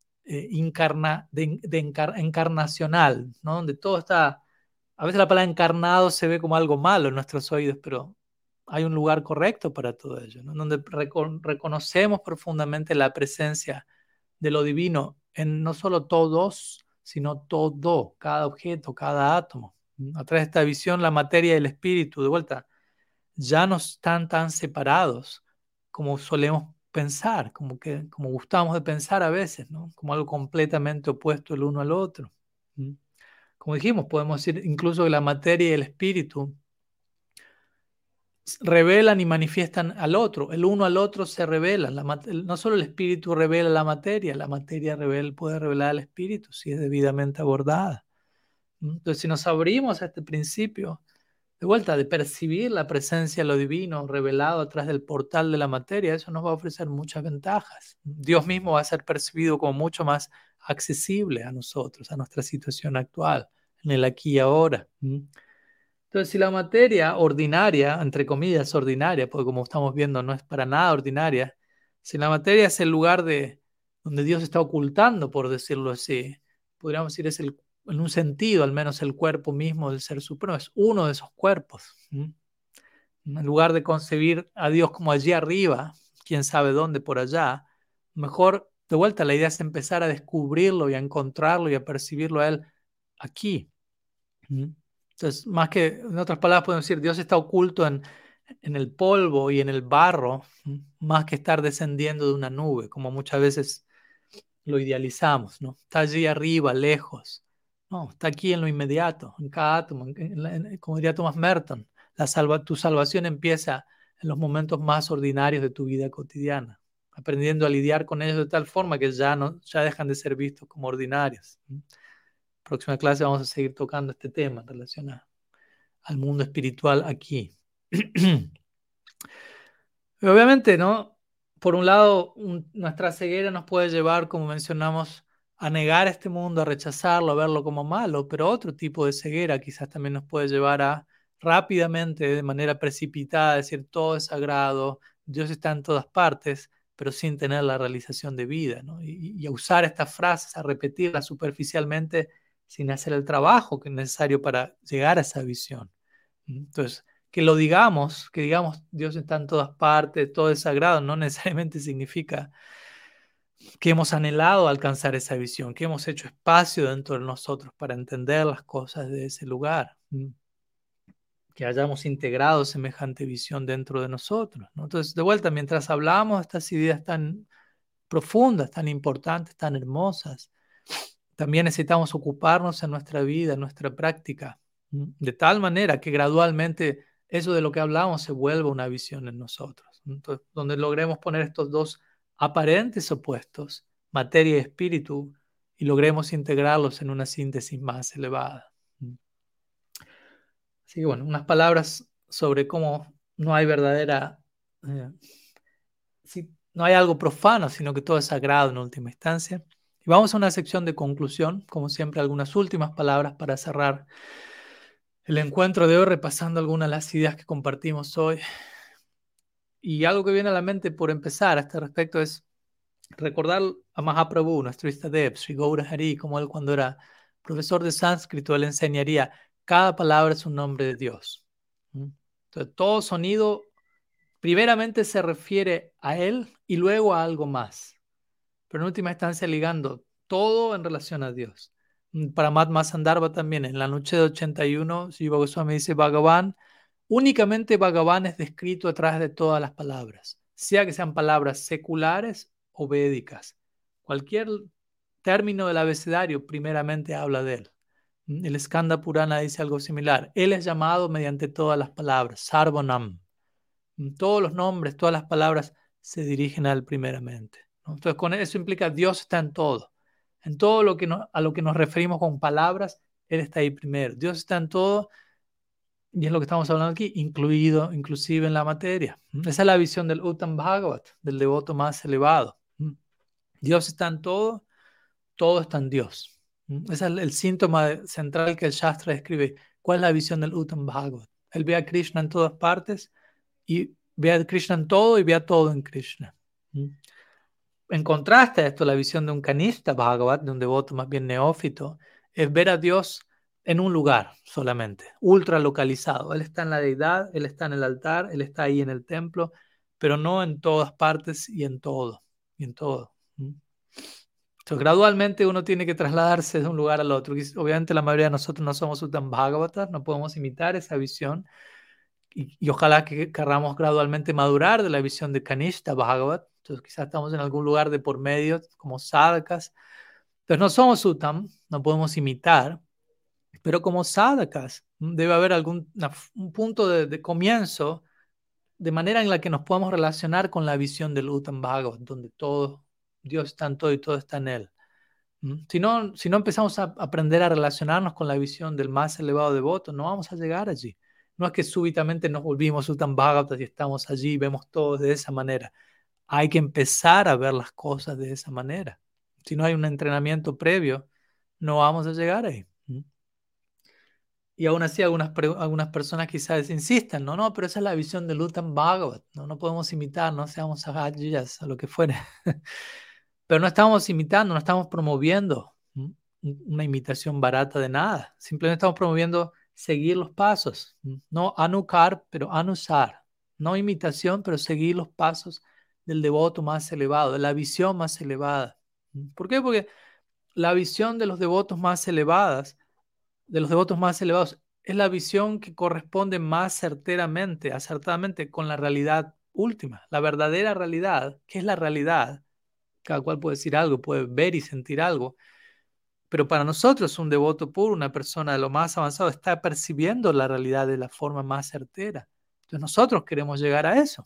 S1: encarnacional, ¿no? Donde todo está, a veces la palabra encarnado se ve como algo malo en nuestros oídos, pero hay un lugar correcto para todo ello, ¿no? Donde reconocemos profundamente la presencia de lo divino en no solo todos, sino todo, cada objeto, cada átomo. A través de esta visión, la materia y el espíritu, de vuelta, ya no están tan separados como solemos pensar, como gustamos de pensar a veces, ¿no? Como algo completamente opuesto el uno al otro. Como dijimos, podemos decir incluso que la materia y el espíritu revelan y manifiestan al otro, el uno al otro se revelan. No solo el espíritu revela la materia puede revelar al espíritu si es debidamente abordada. Entonces, si nos abrimos a este principio, de vuelta, de percibir la presencia de lo divino revelado a través del portal de la materia, eso nos va a ofrecer muchas ventajas. Dios mismo va a ser percibido como mucho más accesible a nosotros, a nuestra situación actual, en el aquí y ahora. Entonces, si la materia ordinaria, entre comillas ordinaria, porque como estamos viendo no es para nada ordinaria, si la materia es el lugar donde Dios está ocultando, por decirlo así, podríamos decir en un sentido, al menos el cuerpo mismo del Ser Supremo, es uno de esos cuerpos. En lugar de concebir a Dios como allí arriba, quién sabe dónde, por allá, mejor de vuelta la idea es empezar a descubrirlo y a encontrarlo y a percibirlo a Él aquí. Entonces, más que, en otras palabras, podemos decir, Dios está oculto en el polvo y en el barro, más que estar descendiendo de una nube, como muchas veces lo idealizamos, ¿no? Está allí arriba, lejos. No, está aquí en lo inmediato, en cada átomo, como diría Thomas Merton, tu salvación empieza en los momentos más ordinarios de tu vida cotidiana, aprendiendo a lidiar con ellos de tal forma que ya dejan de ser vistos como ordinarios. Próxima clase vamos a seguir tocando este tema en relación al mundo espiritual aquí. Obviamente, ¿no? Por un lado, nuestra ceguera nos puede llevar, como mencionamos, a negar este mundo, a rechazarlo, a verlo como malo, pero otro tipo de ceguera quizás también nos puede llevar a rápidamente, de manera precipitada, decir todo es sagrado, Dios está en todas partes, pero sin tener la realización de vida, ¿no? Y a usar estas frases, a repetirlas superficialmente, sin hacer el trabajo que es necesario para llegar a esa visión. Entonces, que digamos Dios está en todas partes, todo es sagrado, no necesariamente significa que hemos anhelado alcanzar esa visión, que hemos hecho espacio dentro de nosotros para entender las cosas de ese lugar, que hayamos integrado semejante visión dentro de nosotros, ¿no? Entonces, de vuelta, mientras hablamos de estas ideas tan profundas, tan importantes, tan hermosas, también necesitamos ocuparnos en nuestra vida, en nuestra práctica, de tal manera que gradualmente eso de lo que hablamos se vuelva una visión en nosotros. Entonces, donde logremos poner estos dos aparentes opuestos, materia y espíritu, y logremos integrarlos en una síntesis más elevada. Así que bueno, unas palabras sobre cómo no hay verdadera, eh, no hay algo profano, sino que todo es sagrado en última instancia. Y vamos a una sección de conclusión, como siempre, algunas últimas palabras para cerrar el encuentro de hoy, repasando algunas de las ideas que compartimos hoy. Y algo que viene a la mente por empezar a este respecto es recordar a Mahaprabhu, nuestro Istadev, Sri Gaura Hari, como él cuando era profesor de sánscrito, él enseñaría, cada palabra es un nombre de Dios. Entonces, todo sonido primeramente se refiere a él y luego a algo más, pero en última instancia ligando todo en relación a Dios. Para Mahatma Sandarbha también, en la noche de 81, Jiva Goswami dice, Bhagavan, únicamente Bhagavan es descrito a través de todas las palabras, sea que sean palabras seculares o védicas. Cualquier término del abecedario primeramente habla de él. El Skanda Purana dice algo similar. Él es llamado mediante todas las palabras, Sarvanam. Todos los nombres, todas las palabras se dirigen a él primeramente, ¿no? Entonces, con eso implica Dios está en todo. En todo lo que a lo que nos referimos con palabras, Él está ahí primero. Dios está en todo y es lo que estamos hablando aquí, incluido, inclusive en la materia. Esa es la visión del Uttam Bhagavat, del devoto más elevado. Dios está en todo está en Dios. Ese es el síntoma central que el Shastra describe. ¿Cuál es la visión del Uttam Bhagavat? Él ve a Krishna en todas partes y ve a Krishna en todo y ve a todo en Krishna. En contraste a esto, la visión de un Kanishta Bhagavat, de un devoto más bien neófito, es ver a Dios en un lugar solamente, ultra localizado. Él está en la deidad, Él está en el altar, Él está ahí en el templo, pero no en todas partes y en todo. Y en todo. Entonces, gradualmente uno tiene que trasladarse de un lugar al otro. Obviamente la mayoría de nosotros no somos Uttam Bhagavatas, no podemos imitar esa visión, y ojalá que querramos gradualmente madurar de la visión de Kanishta Bhagavat. Entonces quizás estamos en algún lugar de por medio, como sadhakas. Entonces no somos Uttam, no podemos imitar, pero como sadhakas debe haber un punto de comienzo, de manera en la que nos podamos relacionar con la visión del Uttam Bhagavat, donde todo, Dios está en todo y todo está en Él. Si no empezamos a aprender a relacionarnos con la visión del más elevado devoto, no vamos a llegar allí. No es que súbitamente nos volvimos Uttam Bhagavatas y estamos allí y vemos todo de esa manera. Hay que empezar a ver las cosas de esa manera. Si no hay un entrenamiento previo, no vamos a llegar ahí. Y aún así algunas personas quizás insistan, no, no, pero esa es la visión de Lutan Bhagavat, no, no podemos imitar, no seamos sahajiyas, o lo que fuere. Pero no estamos imitando, no estamos promoviendo una imitación barata de nada. Simplemente estamos promoviendo seguir los pasos. No anukar, pero anusar. No imitación, pero seguir los pasos del devoto más elevado, de la visión más elevada. ¿Por qué? Porque la visión de los devotos más elevadas, de los devotos más elevados, es la visión que corresponde más certeramente, acertadamente con la realidad última, la verdadera realidad. ¿Qué es la realidad? Cada cual puede decir algo, puede ver y sentir algo, pero para nosotros un devoto puro, una persona de lo más avanzado, está percibiendo la realidad de la forma más certera. Entonces nosotros queremos llegar a eso.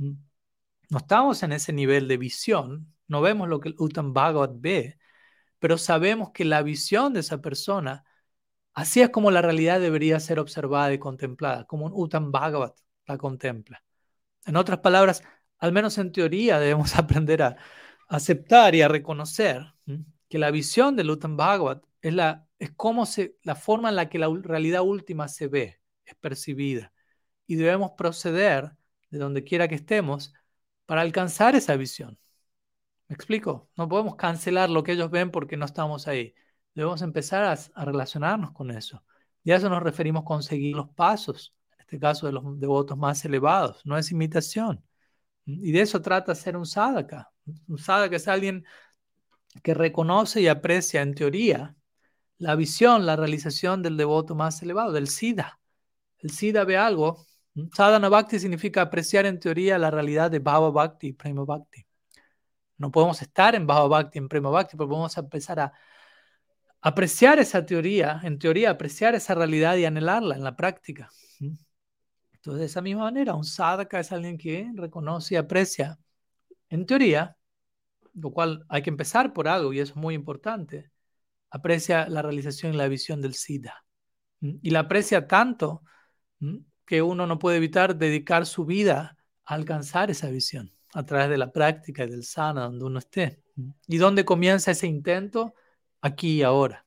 S1: No estamos en ese nivel de visión, no vemos lo que el Uttam Bhagavat ve, pero sabemos que la visión de esa persona, así es como la realidad debería ser observada y contemplada, como un Uttam Bhagavat la contempla. En otras palabras, al menos en teoría debemos aprender a aceptar y a reconocer que la visión de Uttam Bhagavat es como la forma en la que la realidad última se ve, es percibida. Y debemos proceder de donde quiera que estemos para alcanzar esa visión. ¿Me explico? No podemos cancelar lo que ellos ven porque no estamos ahí. Debemos empezar a relacionarnos con eso. Y a eso nos referimos con seguir los pasos, en este caso de los devotos más elevados. No es imitación. Y de eso trata ser un sadhaka. Un sadhaka es alguien que reconoce y aprecia en teoría la visión, la realización del devoto más elevado, del siddha. El siddha ve algo. Sadhana Bhakti significa apreciar en teoría la realidad de Bhava Bhakti y Prema Bhakti. No podemos estar en Bhava Bhakti, en Prema Bhakti, pero podemos empezar a apreciar esa teoría, en teoría, apreciar esa realidad y anhelarla en la práctica. Entonces, de esa misma manera, un sadhaka es alguien que reconoce y aprecia, en teoría, lo cual hay que empezar por algo y eso es muy importante, aprecia la realización y la visión del siddha. Y la aprecia tanto que uno no puede evitar dedicar su vida a alcanzar esa visión a través de la práctica y del sana donde uno esté. ¿Y dónde comienza ese intento? Aquí y ahora.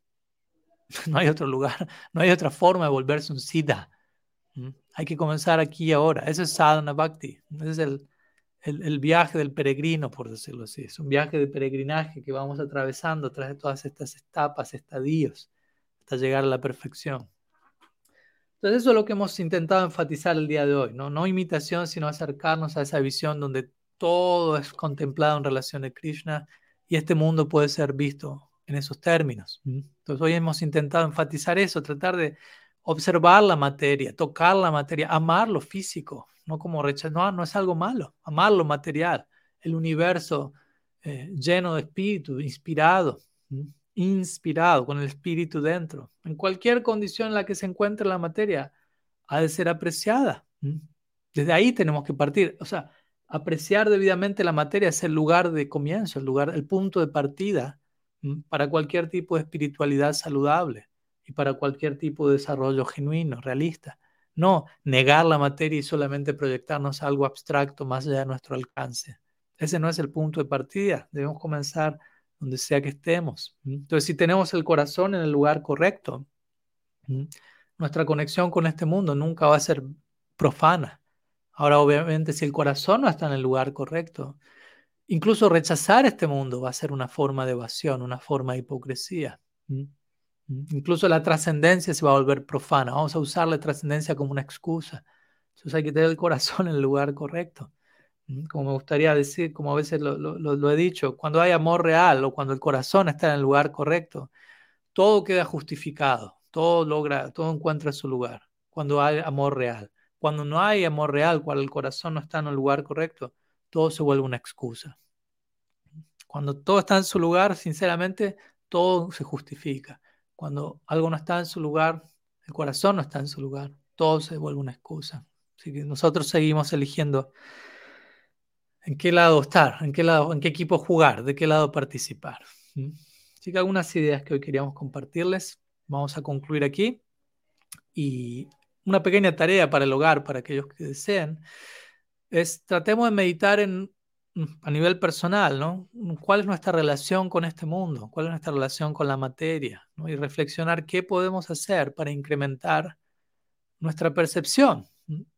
S1: No hay otro lugar, no hay otra forma de volverse un siddha. Hay que comenzar aquí y ahora. Eso es sadhana bhakti. Ese es el viaje del peregrino, por decirlo así. Es un viaje de peregrinaje que vamos atravesando a través de todas estas etapas, estadios, hasta llegar a la perfección. Entonces eso es lo que hemos intentado enfatizar el día de hoy, ¿no? No imitación, sino acercarnos a esa visión donde todo es contemplado en relación a Krishna y este mundo puede ser visto en esos términos. Entonces hoy hemos intentado enfatizar eso, tratar de observar la materia, tocar la materia, amar lo físico, no como rechazar, no, no es algo malo, amar lo material, el universo lleno de espíritu, inspirado. Inspirado, con el espíritu dentro. En cualquier condición en la que se encuentre la materia, ha de ser apreciada. Desde ahí tenemos que partir. O sea, apreciar debidamente la materia es el lugar de comienzo, el punto de partida para cualquier tipo de espiritualidad saludable y para cualquier tipo de desarrollo genuino, realista. No negar la materia y solamente proyectarnos a algo abstracto más allá de nuestro alcance. Ese no es el punto de partida. Debemos comenzar donde sea que estemos. Entonces, si tenemos el corazón en el lugar correcto, nuestra conexión con este mundo nunca va a ser profana. Ahora, obviamente, si el corazón no está en el lugar correcto, incluso rechazar este mundo va a ser una forma de evasión, una forma de hipocresía. Incluso la trascendencia se va a volver profana. Vamos a usar la trascendencia como una excusa. Entonces hay que tener el corazón en el lugar correcto. Como me gustaría decir, como a veces lo he dicho, cuando hay amor real o cuando el corazón está en el lugar correcto, todo queda justificado, todo encuentra su lugar, cuando hay amor real. Cuando no hay amor real, cuando el corazón no está en el lugar correcto, todo se vuelve una excusa. Cuando todo está en su lugar, sinceramente, todo se justifica. Cuando algo no está en su lugar, el corazón no está en su lugar, todo se vuelve una excusa. Así que nosotros seguimos eligiendo en qué lado estar, en qué equipo jugar, de qué lado participar. Así que algunas ideas que hoy queríamos compartirles. Vamos a concluir aquí. Y una pequeña tarea para el hogar, para aquellos que deseen, es tratemos de meditar en a nivel personal, ¿no? ¿Cuál es nuestra relación con este mundo? ¿Cuál es nuestra relación con la materia? ¿No? Y reflexionar qué podemos hacer para incrementar nuestra percepción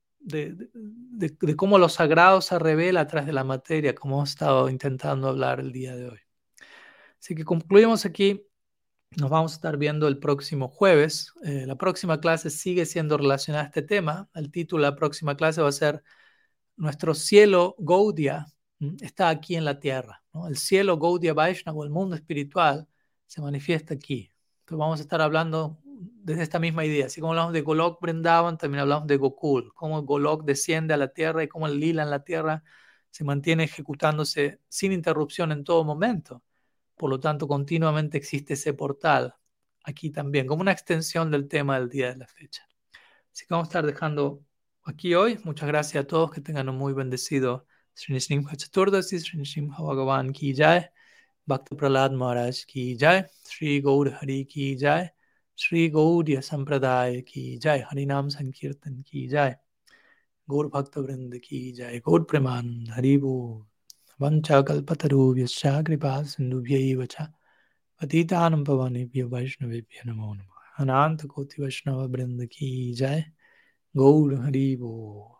S1: de cómo lo sagrado se revela a través de la materia, como hemos estado intentando hablar el día de hoy. Así que concluimos aquí. Nos vamos a estar viendo el próximo jueves. La próxima clase sigue siendo relacionada a este tema. El título de la próxima clase va a ser Nuestro cielo Gaudiya está aquí en la tierra, ¿no? El cielo Gaudiya Vaishnava, o el mundo espiritual, se manifiesta aquí. Entonces vamos a estar hablando desde esta misma idea. Así como hablamos de Golok Vrindavan, también hablamos de Gokul, cómo Golok desciende a la tierra y cómo el lila en la tierra se mantiene ejecutándose sin interrupción en todo momento. Por lo tanto, continuamente existe ese portal aquí también, como una extensión del tema del día de la fecha. Así que vamos a estar dejando aquí hoy. Muchas gracias a todos. Que tengan un muy bendecido Sri Nrsimha Chaturdasi, Sri Nrsimha Bhagavan ki jai, Bhakta Prahlad Maharaj ki jai, Sri Gaur Hari ki jai, Sri Gauriya Sampradaya ki jai, Harinam Sankirtan ki jai, Gaur Bhakta Vrinda ki jai, Gaur Preman Haribu, Vancha Kalpatarubhyascha Kripa Sindhubhyaiva cha Patitanam Pavanebhyo Vaishnavebhyo Namo Namah. Ananta Koti Vaishnava Vrinda ki jai, Gaur Hari Bo.